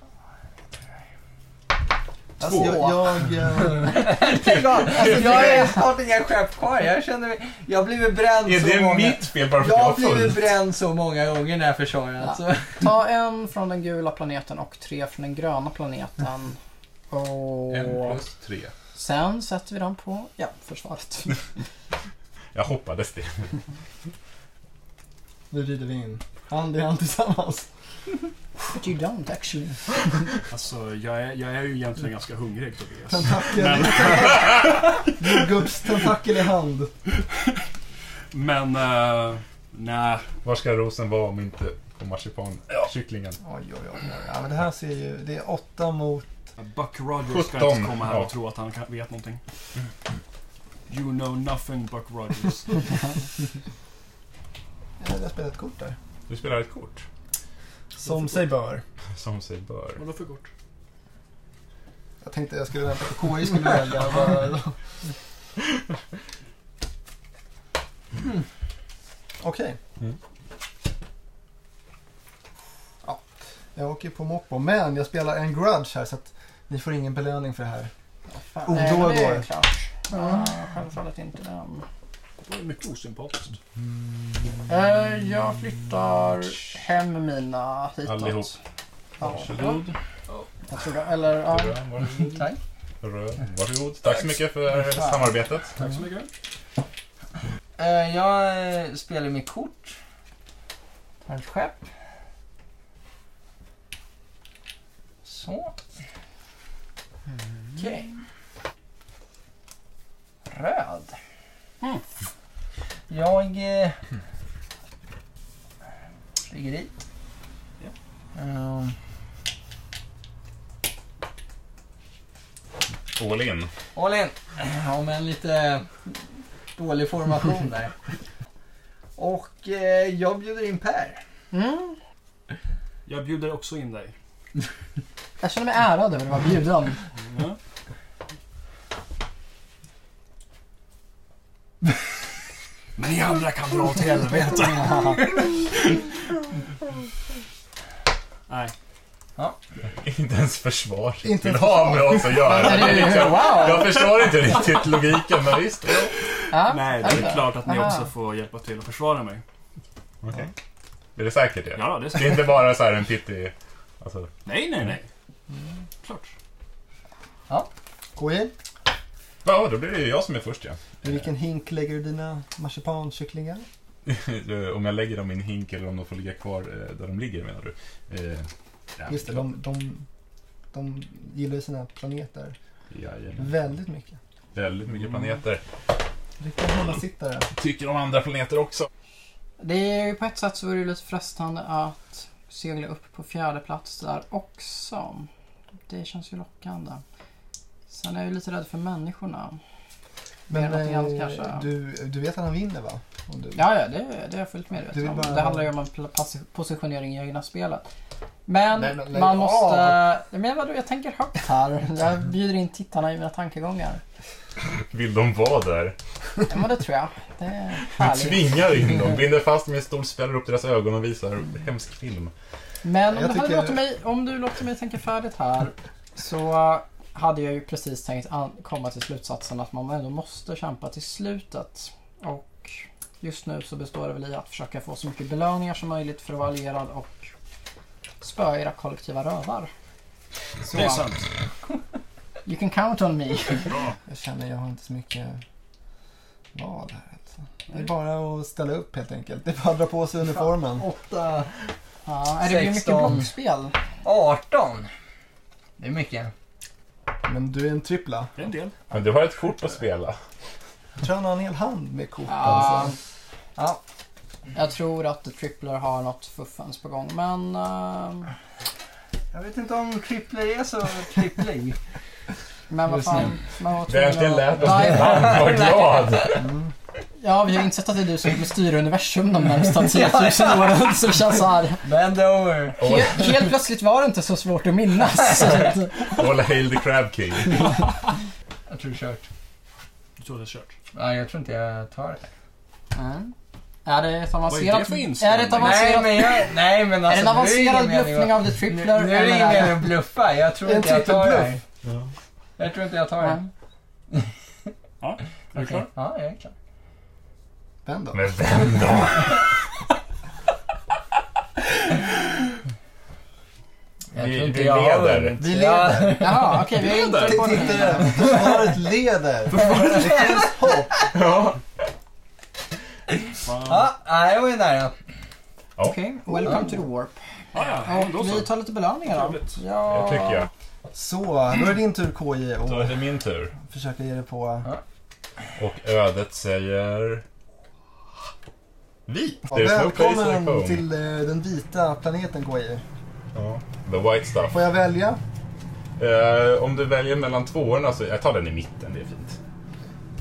Alltså jag... jag eh, Alltså, jag är snart inga skepp kvar. Jag känner mig... Jag har blivit bränd Är så det många... mitt fel bara för Jag att har jag har blivit fullt? bränd så många gånger när jag försvarar. Alltså. Ta en från den gula planeten och tre från den gröna planeten. Och En plus tre. sen sätter vi dem på, ja, försvaret. Jag hoppades det. nu rider vi in. Hand i hand tillsammans. But you don't actually. Alltså, jag är, jag är ju egentligen ganska hungrig Tobias. Tentakel. Jordgubbs tentakel i hand. Men, uh, nej. Var ska rosen vara om inte på marsipankycklingen? Oj, oj, oj, oj. Ja, men det här ser ju... Det är åtta mot... Buck Rogers ska sjutton. inte komma här Ja. och tro att han kan, vet någonting. You know nothing Buck Rogers. Jag spelar ett kort där. Du spelar ett kort. Som sig bör. Som sig bör. Vadå för kort? Jag tänkte jag skulle vänta på K I skulle välja. mm. Okej. Okay. Mm. Ja, jag åker på Moppo, men jag spelar en grudge här så att ni får ingen belöning för det här. Fan. Oh, Nej, då men det är går. klart. Ja, självfallet inte den. Det var mycket osympatiskt. Mm. Eh, jag flyttar hem mina hitåt. Allihop. Ja, Varsågod. jag tror det. Eller, ja. Röd, varsågod. Tack. Röd, varsågod. Tack så mycket för samarbetet. Tack så mycket. Eh, jag eh, spelar med kort. Tar ett skepp. Så. Okej. Röd. Mm. Jag eh, flyger dit. Ja. Um, All in. all in. Ja, men lite dålig formation där. Och eh, jag bjuder in Per. Mm. Jag bjuder också in dig. Jag känner mig ärad över att vara bjuden. Ja. Men ni andra kan dra åt helvete. Nej. Inte ens försvar Inte vill ha med oss att göra. Men det är ju- Liksom, wow. Jag förstår inte riktigt logiken, men visst. Ja, Nej, det alltså. är klart att ni Aha. också får hjälpa till att försvara mig. Okay. Är det säkert det? Ja, det är Det är säkert. inte bara så här en pittig... Alltså, Nej, nej, nej. Klart. K I, ja, då blir det ju jag som är först, ja. i vilken hink lägger du dina marsipankycklingar? Om jag lägger dem i en hink eller om de får ligga kvar eh, där de ligger, menar du? Eh, ja, Just det, de, de, de gillar ju sina planeter Jajamän. väldigt mycket. Väldigt mycket planeter. Riktigt hemmasittare. Tycker om andra planeter också. Det är ju på ett sätt så är det lite frestande att segla upp på fjärde plats där också. Det känns ju lockande. Sen är jag ju lite rädd för människorna. Men Mer än någonting annat eh, kanske. du, du vet att han vinner, va? Om du... Ja, ja, det, det är jag fullt Du medveten vill om. bara- Det handlar ju om en pl- passi- positionering i egna spelet. Men Nej, men lägg man av. måste... Men vadå, jag tänker högt här. Jag bjuder in tittarna i mina tankegångar. Vill de vara där? Ja, men det tror jag. Det är Du härligt. tvingar in dem, binder fast med en stol, spelar upp deras ögon och visar hemsk film. Men om, Jag du hade tycker- låtit mig, om du låter mig tänka färdigt här så hade jag ju precis tänkt an- komma till slutsatsen att man ändå måste kämpa till slutet. Och just nu så består det väl i att försöka få så mycket belöningar som möjligt för att vara allierad och spöa era kollektiva rövar. Så, Det är sant. you can count on me. Bra. Jag känner jag har inte så mycket val här. Alltså. Det är bara att ställa upp helt enkelt. Det är bara att dra på sig uniformen. åtta, Ja, är det blir mycket sexton. blockspel. arton. Det är mycket. Men du är en trippla. Det är en del. Men du har ett kort att spela. Jag tror han har en hel hand med kort. Ja, Alltså. Ja. jag tror att The Tripler har något fuffens på gång, men... ehm, Jag vet inte om trippler är så tripplig. Men vad Just fan, man var Det tvungen äntligen att- lät oss Nej, din hand, var glad. Mm. Ja, vi har insett att det är du som kommer styra universum de närmsta tiotusen åren, så det känns så här. Bend over. Helt, helt plötsligt var det inte så svårt att minnas. Så att- All hail the Crab King. Jag tror det är kört. Du tror det är kört. Nej, jag tror inte jag tar det. Mm. Är det ett Vad är avancerat... det för är det ett inställning? Nej, avancerat... men jag... Nej, men är alltså... det en nu är det ingen avancerad mening bluffning att- av The Nu, Tripler? nu är det ingen eller- mening att bluffa. Jag tror En inte jag tar det här. trippelbluff. Ja. Jag tror inte jag tar det. Ja. Ja, är du Okej. klar? Ja, jag är klar. Vem då? Men vem då? Jag Vi- tror inte vi jag har leder. vunnit. Vi Ja. leder. Jaha, okej, vi har inte på Titta, det. försvaret leder. Det finns hopp. Ja. Fan. Ja, nej, jag var ju nära. Okej, welcome to the warp. Ja, ja, då Och så. vi tar lite belöningar då. Trevligt. Ja, Det tycker jag. Så, då är det din tur K J Då är och det min tur. försöka ge dig på... Och ödet säger... Vit. Ja, There's no place like välkommen home. till eh, den vita planeten K J. Ja. The white stuff. Får jag välja? Eh, om du väljer mellan tvåorna så... Jag tar den i mitten, det är fint.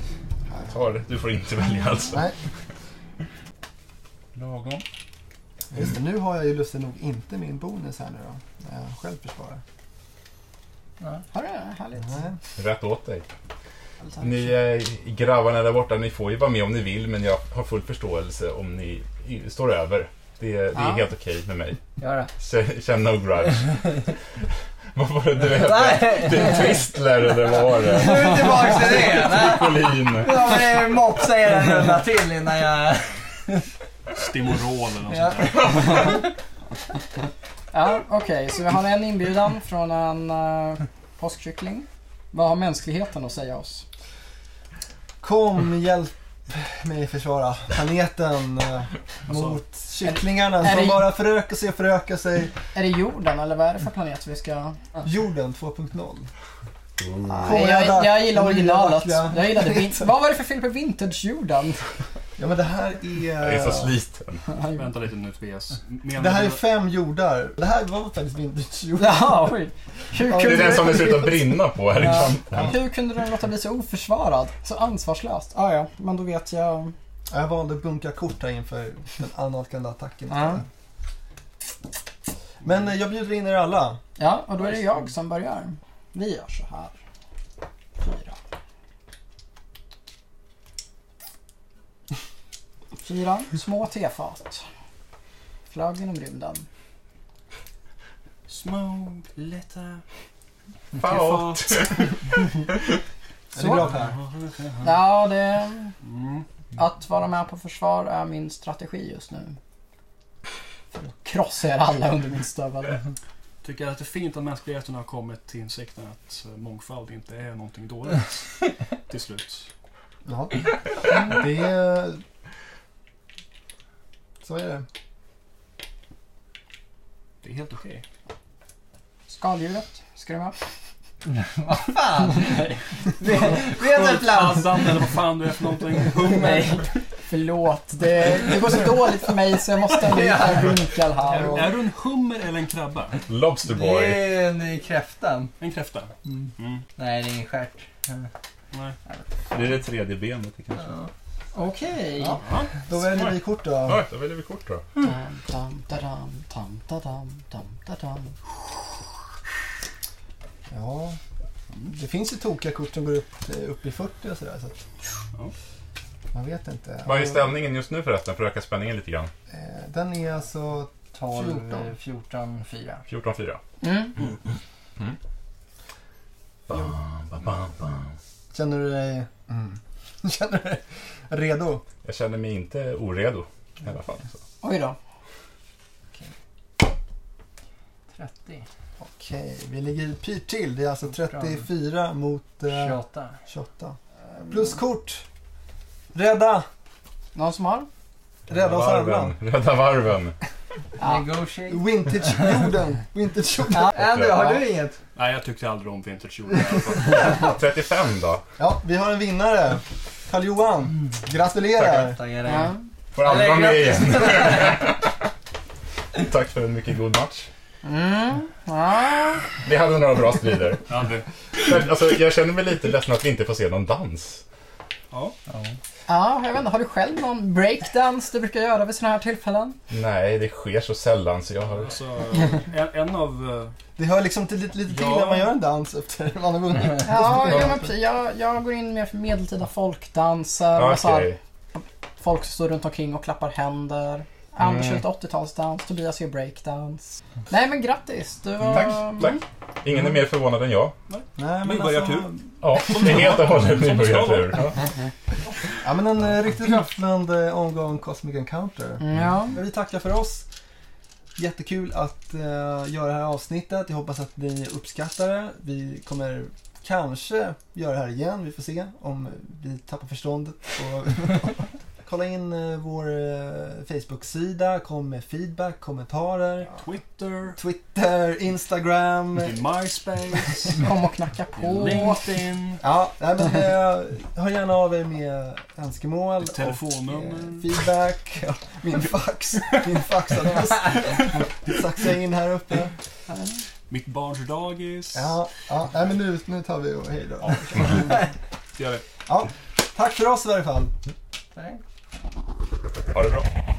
Jag tar det. Du får inte välja alltså. Nej. Lagom. Just det, nu har jag ju lustigt nog inte min bonus här nu då. När jag själv försvarar. Ja. Har du det? Härligt. Nej. Rätt åt dig. Ni eh, grabbarna där borta, ni får ju vara med om ni vill, men jag har full förståelse om ni i- står över. Det, det är Ja. helt okej med mig. Gör det. K- Känn no grudge. Vad var det du hette? Det är Twistler eller vad var det? Nu är vi tillbaka till det. Nej. Colin. Ja, men det är mopsa er en runda till innan jag... Stimorol eller något Ja. sånt där. Ja, okej. Så vi har en inbjudan från en uh, påskkyckling. Vad har mänskligheten att säga oss? Kom, hjälp mig försvara planeten eh, Alltså, mot kycklingarna är som det- bara förökar sig och förökar sig. Är det jorden eller vad är det för planet vi ska... Jorden två punkt noll. Nej, jag, jag gillar Det originalet. nya vackra. Jag gillade vin- Vad var det för fel på vintage-jorden? Ja, men det här Jag är så är... sliten. Vänta lite nu Tobias. Menar Det här är du- fem jordar. Det här var faktiskt vintage-jorden. Ja, oj. Hur Ja, Det är kunde, den som du, det ser ut att brinna på här i Ja. kanten. hur kunde du låta bli så oförsvarad? Så ansvarslöst? Ah, ja, men då vet jag... Jag valde att bunka kort här inför den annalkande attacken. Ja. Men eh, jag bjuder in er alla. Ja, och då är det jag som börjar. Vi gör så här. Fyra. Fyra små tefat. Flög genom rymden. Smoke, lätta. Faut. Är det bra Per? Ja, det... Mm. Att vara med på försvar är min strategi just nu. För att krossa er alla under min stövel. Tycker att det är fint att mänskligheten har kommit till insikten att eh, mångfald inte är någonting dåligt till slut. Ja. Det är... Så är det. Det är helt okej. Skaldjuret, ska du med? Fan! Vedelplans! Adam eller vad fan du är för någonting. Nej, förlåt. Det, det går så dåligt för mig så jag måste ändå hitta en vinkel här. Är, Och... är du en hummer eller en krabba? Lobster Det boy. är en kräftan. En kräfta? Mm. Mm. Nej, det är ingen stjärt. Nej. Det är det tredje benet kanske. Ja. Okej. Ja. Då väljer vi kort då. Ja, då väljer vi kort då. Tam, tam, tadam, tam, tadam, tam, tadam. Ja. Det finns ju tokiga kort som går upp, upp i fyrtio och sådär. Så att Ja. man vet inte. Vad är ställningen just nu förresten, för att öka spänningen lite grann? Eh, Den är alltså... tolv, fjorton. fjorton, fyra. fjorton fyra. Mm. Bam, bam, bam, bam. Känner du dig... Mm. Känner du dig redo? Jag känner mig inte oredo i alla fall. Så. Oj då. trettio, Okej, vi ligger pyrt till. Det är alltså trettiofyra mot eh, tjugoåtta. tjugoåtta. Plus kort. Rädda! Någon som har? Rädda oss alla. varven. Rädda varven. Ja. Negotiate. Vintage-jorden. Vintage-jorden. Andrew, har du inget? Nej, jag tyckte aldrig om vintage jord i alla fall. trettiofem då. Ja, vi har en vinnare. Karl-Johan. Gratulerar. Tackar Ja. dig. Får aldrig vara med Eller igen. Tack för en mycket god match. Mm. Ja. Vi hade några bra strider. Aldrig. Men, alltså, jag känner mig lite ledsen att vi inte får se någon dans. Ja. Ja, jag vet inte. Har du själv någon breakdance du brukar göra vid såna här tillfällen? Nej, det sker så sällan så jag har... Alltså, en, en av... eh, Det hör liksom till, lite, lite till Ja. när man gör en dans efter man har vunnit. Ja, ja men precis. Jag, jag går in mer för medeltida folkdanser. Okej. och så här, folk som står runt omkring och klappar händer. Anders Mm. gör ett åttiotalsdans, Tobias gör breakdance. Nej men grattis, du var... Tack, tack. Ingen är mer förvånad än jag. Nej, men Nybörjartur. alltså, Ja, det är helt och hållet nybörjartur. Ja. ja, men en eh, riktigt rafflande omgång Cosmic Encounter. Ja. Vi tackar för oss. Jättekul att uh, göra det här avsnittet. Jag hoppas att ni uppskattar det. Vi kommer kanske göra det här igen. Vi får se om vi tappar förståndet. Och kolla in uh, vår uh, Facebook-sida. Kom med feedback, kommentarer. Twitter, Twitter, Instagram. i MySpace, Kom och knacka i på. LinkedIn. Ja, nej, men uh, hör gärna av er med önskemål. Ett telefonnummer. Och, uh, feedback. Ja, min fax. Min faxadress. Saxar jag in här uppe. Mitt barns dagis. Ja, ja nej, men nu, nu tar vi och hej då. Ja. Det gör vi. Ja, tack för oss i varje fall. Tack. Ha det bra.